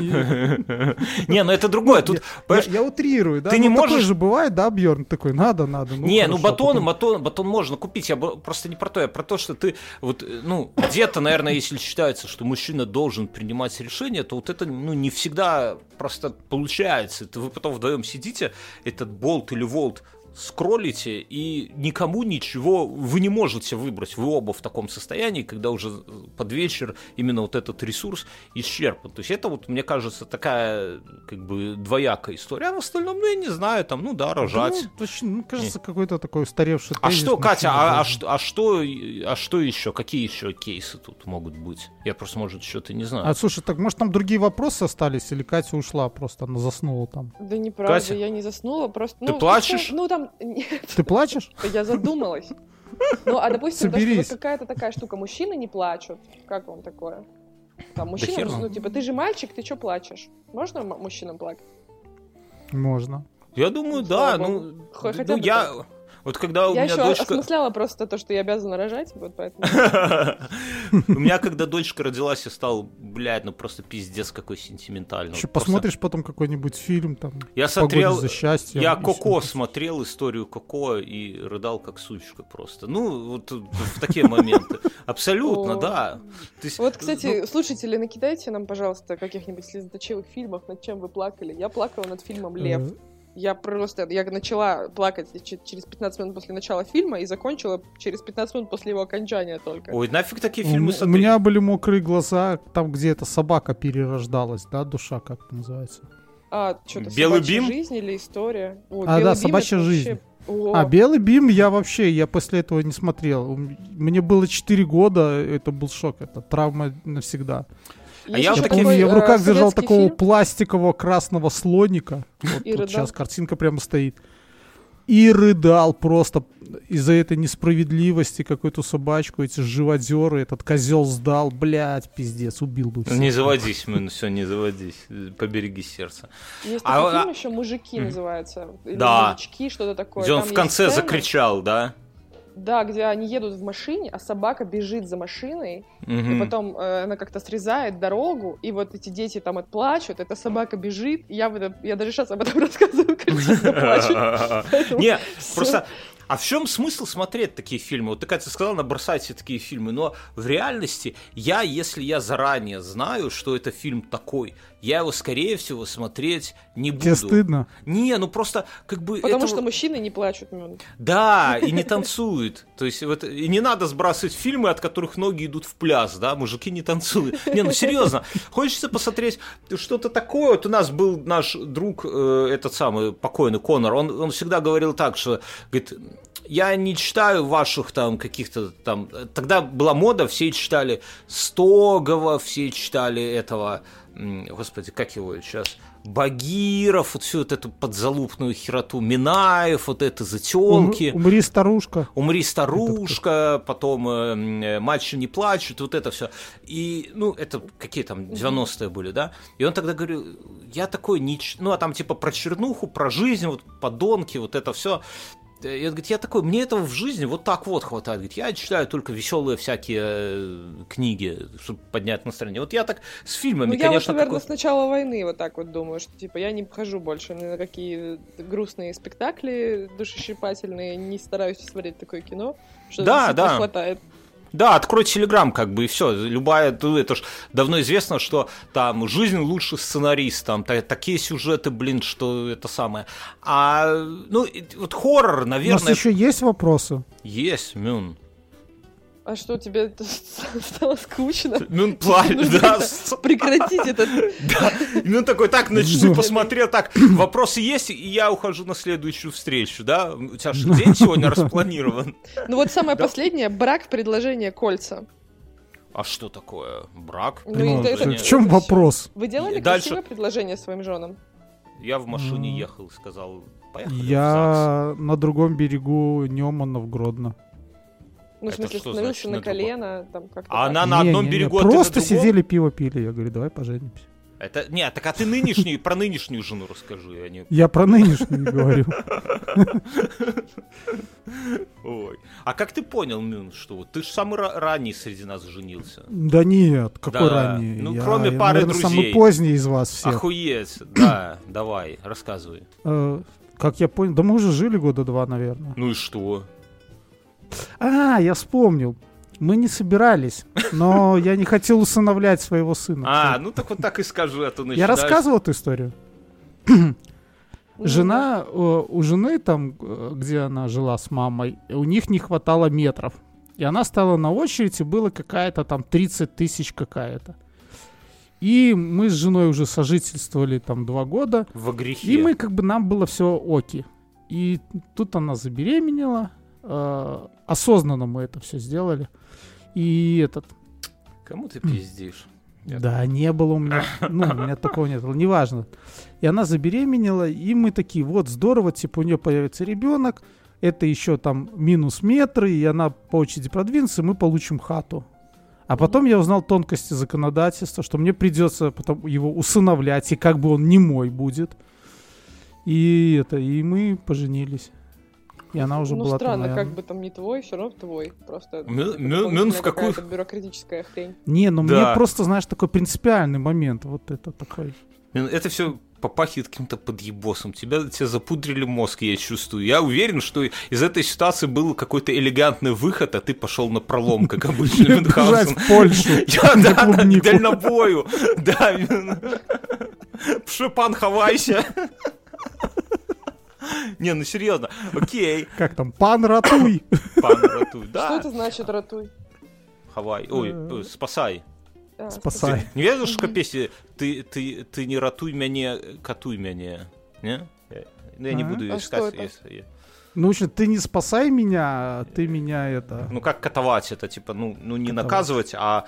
Не, ну это другое. Я утрирую, да? Ты не можешь... Такое же бывает, да, Бьерн? Такой, надо. Не, ну батон можно купить. Я просто не про то, я про то, что ты вот, ну, где-то, наверное, если считается, что мужчина должен принимать решения, то вот это, ну, не всегда просто получается. Вы потом вдвоем сидите, этот болт или волт скроллите, и никому ничего вы не можете выбрать. Вы оба в таком состоянии, когда уже под вечер именно вот этот ресурс исчерпан. То есть это вот, мне кажется, такая как бы двоякая история. А в остальном, ну, я не знаю, там, ну да, рожать. Ну, точно, кажется, какой-то такой устаревший тезис. А что, Катя, а что еще? Какие еще кейсы тут могут быть? Я просто, может, что-то не знаю. А слушай, так может там другие вопросы остались, или Катя ушла просто, она заснула там? Да неправда, Катя, я не заснула, просто... Ты плачешь? Ну там... Нет. Ты плачешь? Я задумалась. Ну, а допустим, Соберись. какая-то такая штука, мужчины не плачут. Как вам такое? Там мужчина, ну, типа, ты же мальчик, ты что плачешь? можно мужчинам плакать? Можно. Я думаю, да. Ну, я... Вот когда у меня дочка... Я еще осмысляла просто то, что я обязана рожать, вот поэтому... У меня, когда дочка родилась, я стал, блядь, ну просто пиздец какой сентиментальный. Еще посмотришь потом какой-нибудь фильм, там, я смотрел, за счастьем. Я Коко смотрел, историю Коко, и рыдал как сучка просто. Ну, вот в такие моменты. Абсолютно, да. Вот, кстати, слушатели, накидайте нам, пожалуйста, каких-нибудь слезоточивых фильмов, над чем вы плакали. Я плакала над фильмом «Лев». Я начала плакать через 15 минут после начала фильма и закончила через 15 минут после его окончания только. Ой, нафиг такие фильмы смотреть? У меня были мокрые глаза, там, где эта собака перерождалась, да, душа, как это называется? Что-то «Белый собачья бим» жизнь или история? Да, «Собачья жизнь». «Белый бим» я после этого не смотрел. Мне было 4 года, это был шок, это травма навсегда. Я помню, я в руках держал такого пластикового красного слоника. Вот сейчас картинка прямо стоит. И рыдал просто из-за этой несправедливости, какую-то собачку, эти живодеры, этот козел сдал, блядь, пиздец, убил бы всех. Не заводись, все, не заводись, побереги сердце. Есть такой фильм еще «Мужики» называется. Или «Мужички», что-то такое. Где он в конце закричал, да? Да, где они едут в машине, а собака бежит за машиной, и потом она как-то срезает дорогу, и вот эти дети там отплачут, эта собака бежит, и я даже сейчас об этом рассказываю, картинно плачу. Не, просто... А в чем смысл смотреть такие фильмы? Вот ты, Катя, сказала, набросайте такие фильмы, но в реальности если я заранее знаю, что это фильм такой, я его, скорее всего, смотреть не буду. Тебе стыдно? Не, ну просто как бы... Потому что мужчины не плачут. Да, и не танцуют. То есть вот и не надо сбрасывать фильмы, от которых ноги идут в пляс, да, мужики не танцуют. Не, ну серьезно, хочется посмотреть что-то такое. Вот у нас был наш друг, этот самый покойный Конор, он всегда говорил так, что, говорит, я не читаю ваших там каких-то там... Тогда была мода, все читали Стогова, все читали этого... Господи, как его сейчас... Багиров, вот всю вот эту подзалупную хероту, Минаев, вот это затёлки. Умри, старушка. Умри, старушка, потом мальчики не плачут, вот это все. И, ну, это какие там 90-е были, да? И он тогда говорил, я такой, ну, а там типа про чернуху, про жизнь, вот подонки, вот это все. И он говорит, я такой, мне этого в жизни вот так вот хватает. Говорит, я читаю только веселые всякие книги, чтобы поднять настроение. Вот я так с фильмами, ну, конечно... Я вот, наверное, с начала войны вот так вот думаю, что типа я не хожу больше ни на какие грустные спектакли душещипательные, не стараюсь смотреть такое кино, что да. хватает. Да, открой Телеграм, как бы, и все. Любая, это ж давно известно, что там жизнь лучше сценарист, там такие сюжеты, блин, что это самое. А, ну, вот хоррор, наверное... У нас еще есть вопросы? Есть, Мюн. А что, тебе стало скучно? Мюн плачет, да. Прекратить этот... Да, Мюн такой, так, на часы посмотрел, так, вопросы есть, и я ухожу на следующую встречу, да? У тебя же день сегодня распланирован. Ну вот самое последнее, брак, предложение, кольца. А что такое брак? В чем вопрос? Вы делали красивое предложение своим женам? Я в машине ехал и сказал, поехали в ЗАГС. Я на другом берегу Немана в Гродно. Ну, в смысле, становился на колено, там как-то. А она на одном берегу, просто сидели, пиво пили. Я говорю, давай поженимся. Это... Нет, так а ты нынешнюю, про нынешнюю жену расскажи. Я про нынешнюю говорю. Ой. А как ты понял, Мюн, что ты же самый ранний среди нас женился? Да нет, какой ранний? Ну, кроме пары друзей. Самый поздний из вас всех. Охуеть, да, давай, рассказывай. Как я понял, да мы уже жили года 2, наверное. Ну и что? Я вспомнил. Мы не собирались, но я не хотел усыновлять своего сына. Ну так вот так и скажу, а то начинаешь... Я рассказывал эту историю? Жена, у жены там, где она жила с мамой, у них не хватало метров. И она стала на очередь, и было какая-то там 30 тысяч какая-то. И мы с женой уже сожительствовали там 2 года. Во грехе. И мы как бы, нам было все оки. И тут она забеременела. Осознанно мы это все сделали. И Кому ты пиздишь? Да, не было у меня. Ну, у меня такого не было. Неважно. И она забеременела, и мы такие, вот, здорово, типа, у нее появится ребенок, это еще там минус метры, и она по очереди продвинется, и мы получим хату. А потом я узнал тонкости законодательства, что мне придется потом его усыновлять, и как бы он не мой будет. И мы поженились. И она уже была странно, там, как бы там не твой, все равно твой. Просто Мюн в какую... бюрократическая хрень. Не, ну мне просто, знаешь, такой принципиальный момент. Вот это такой. Это все попахивает каким-то подъебосом. Тебя запудрили мозг, я чувствую. Я уверен, что из этой ситуации был какой-то элегантный выход, а ты пошел на пролом, как обычно. Бежать в Польшу. Да, к дальнобою. Да, Пшепан, хавайся. Не, ну серьезно, окей. Как там, пан ратуй. Пан ратуй, да. Что это значит ратуй? Хавай, ой, спасай. Спасай. Не ведаешь, что песня «Ты не ратуй меня, катуй меня», не? Я не буду искать. Ну, в общем, ты не спасай меня, ты меня это... Ну, как катовать это, типа, ну не наказывать, а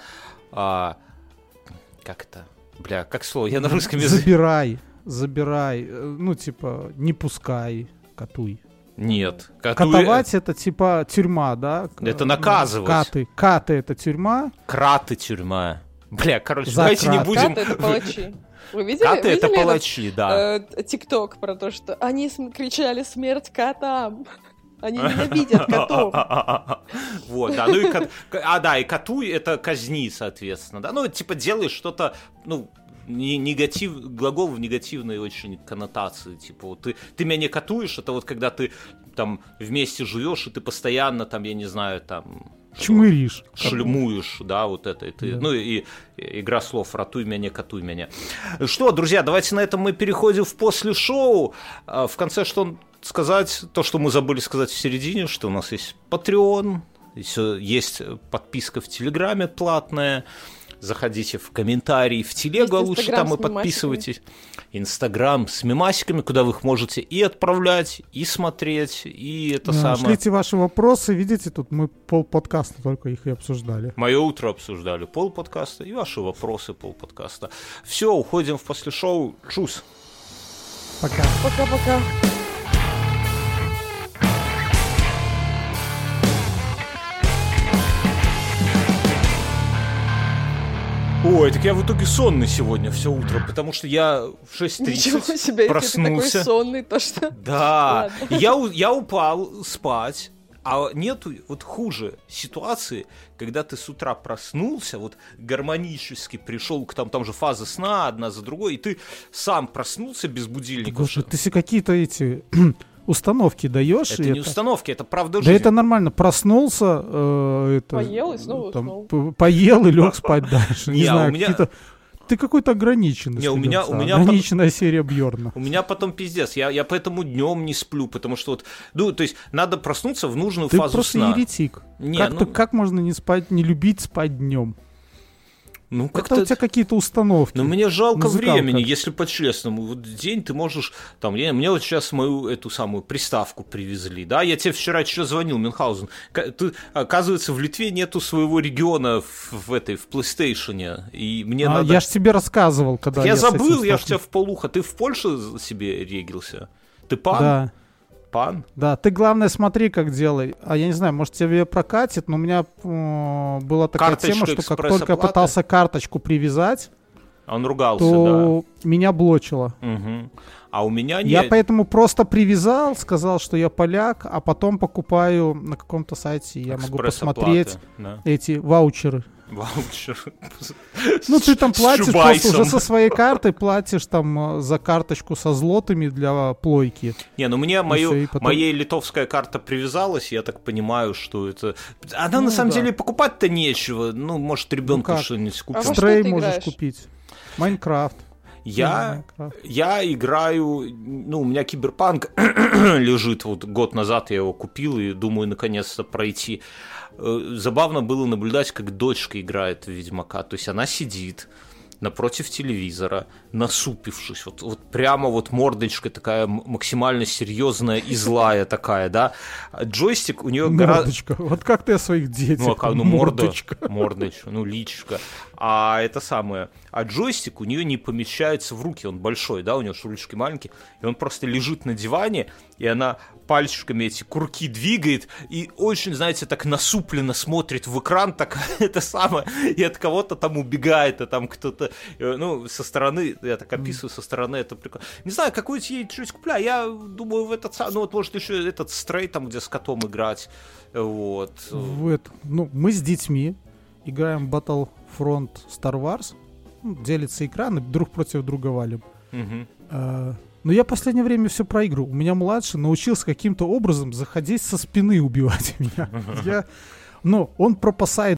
как это? Бля, как слово? Я на русском языке. Забирай, ну, типа, не пускай, катуй. Нет. Катовать это типа тюрьма, да? Это наказывать. Каты это тюрьма. Краты тюрьма. Бля, короче, давайте не будем... Каты это палачи. Вы видели? Каты это палачи, да. ТикТок про то, что они кричали «Смерть котам». Они ненавидят котов. Вот, да, ну и катуй это казни, соответственно, да. Ну, типа делаешь что-то, ну, глагол в негативной очень коннотации. Типа, вот ты меня не катуешь, это вот когда ты там вместе живешь, и ты постоянно там, я не знаю, там... Чмыришь. Шлемуешь, да, вот это. И ты, да. Ну и игра слов «ратуй меня, катуй меня». Что, друзья, давайте на этом мы переходим в после шоу. В конце что сказать? То, что мы забыли сказать в середине, что у нас есть Patreon, есть подписка в Телеграме платная, заходите в комментарии, в телегу, а лучше там и подписывайтесь. Инстаграм с мемасиками, куда вы их можете и отправлять, и смотреть, и это самое. Шлите ваши вопросы, видите, тут мы полподкаста только их и обсуждали. Мое утро обсуждали полподкаста, и ваши вопросы полподкаста. Все, уходим в послешоу. Чус. Пока. Пока-пока. Ой, так я в итоге сонный сегодня все утро, потому что я в 6:30 проснулся. Если ты такой сонный, то что... Да, я упал спать, а нету вот хуже ситуации, когда ты с утра проснулся, вот гармонически пришел к там же фаза сна одна за другой, и ты сам проснулся без будильника. Господи, ты себе какие-то эти... установки даешь. Это не установки, это правда жизнь. Да это нормально. Проснулся, поел и снова уснул. Поел и лег спать дальше. Не знаю, у меня... какие-то... Ты какой-то ограниченный. У меня ограниченная серия Бьорна. У меня потом пиздец. Я поэтому днем не сплю, потому что вот, ну, то есть надо проснуться в нужную фазу сна. Ты просто еретик. Как можно не спать, не любить спать днем? Ну, как-то у тебя какие-то установки. Но мне жалко времени, если по-честному. Вот день ты можешь... Там, мне вот сейчас мою эту самую приставку привезли, да? Я тебе вчера еще звонил, Мюнхгаузен. Ты, оказывается, в Литве нету своего региона в PlayStation. И мне надо... Я ж тебе рассказывал, когда я забыл, я ж тебя в полухо. Ты в Польше себе регился? Ты пан? Да. Пан? Да, ты, главное, смотри, как делай. А я не знаю, может, тебе прокатит, но у меня была такая тема, что как только я пытался карточку привязать, он ругался, то меня блочило. Угу. А у меня нет. Я поэтому просто привязал, сказал, что я поляк, а потом покупаю на каком-то сайте, я могу посмотреть эти ваучеры. Ну, ты там платишь просто уже со своей картой, платишь там за карточку со злотами для плойки. Не, ну мне моей литовская карта привязалась, я так понимаю, что это... Она на самом деле покупать-то нечего. Ну, может, ребенку что-нибудь купить. Стрей можешь купить. Майнкрафт. Я играю, ну, у меня Киберпанк лежит, вот год назад я его купил и думаю наконец-то пройти. Забавно было наблюдать, как дочка играет в Ведьмака, то есть она сидит напротив телевизора, насупившись, вот прямо вот мордочка такая максимально серьезная и злая такая, да. Джойстик у нее мордочка. Вот как ты о своих детях? Мордочка, ну личика. А это самое. А джойстик у нее не помещается в руки, он большой, да, у нее ручки маленькие, и он просто лежит на диване, и она пальчиками эти курки двигает и очень, знаете, так насупленно смотрит в экран, так это самое, и от кого-то там убегает, а там кто-то, ну, со стороны, я так описываю, со стороны, это прикольно. Не знаю, какую-то ей что-то купляю, я думаю, в этот, ну, вот, может, еще этот стрей, там, где с котом играть, вот. Ну, мы с детьми играем Battlefront Star Wars, делится экран, и друг против друга валим. Но я в последнее время все проигрываю. У меня младший научился каким-то образом заходить со спины убивать меня. Но он пропасает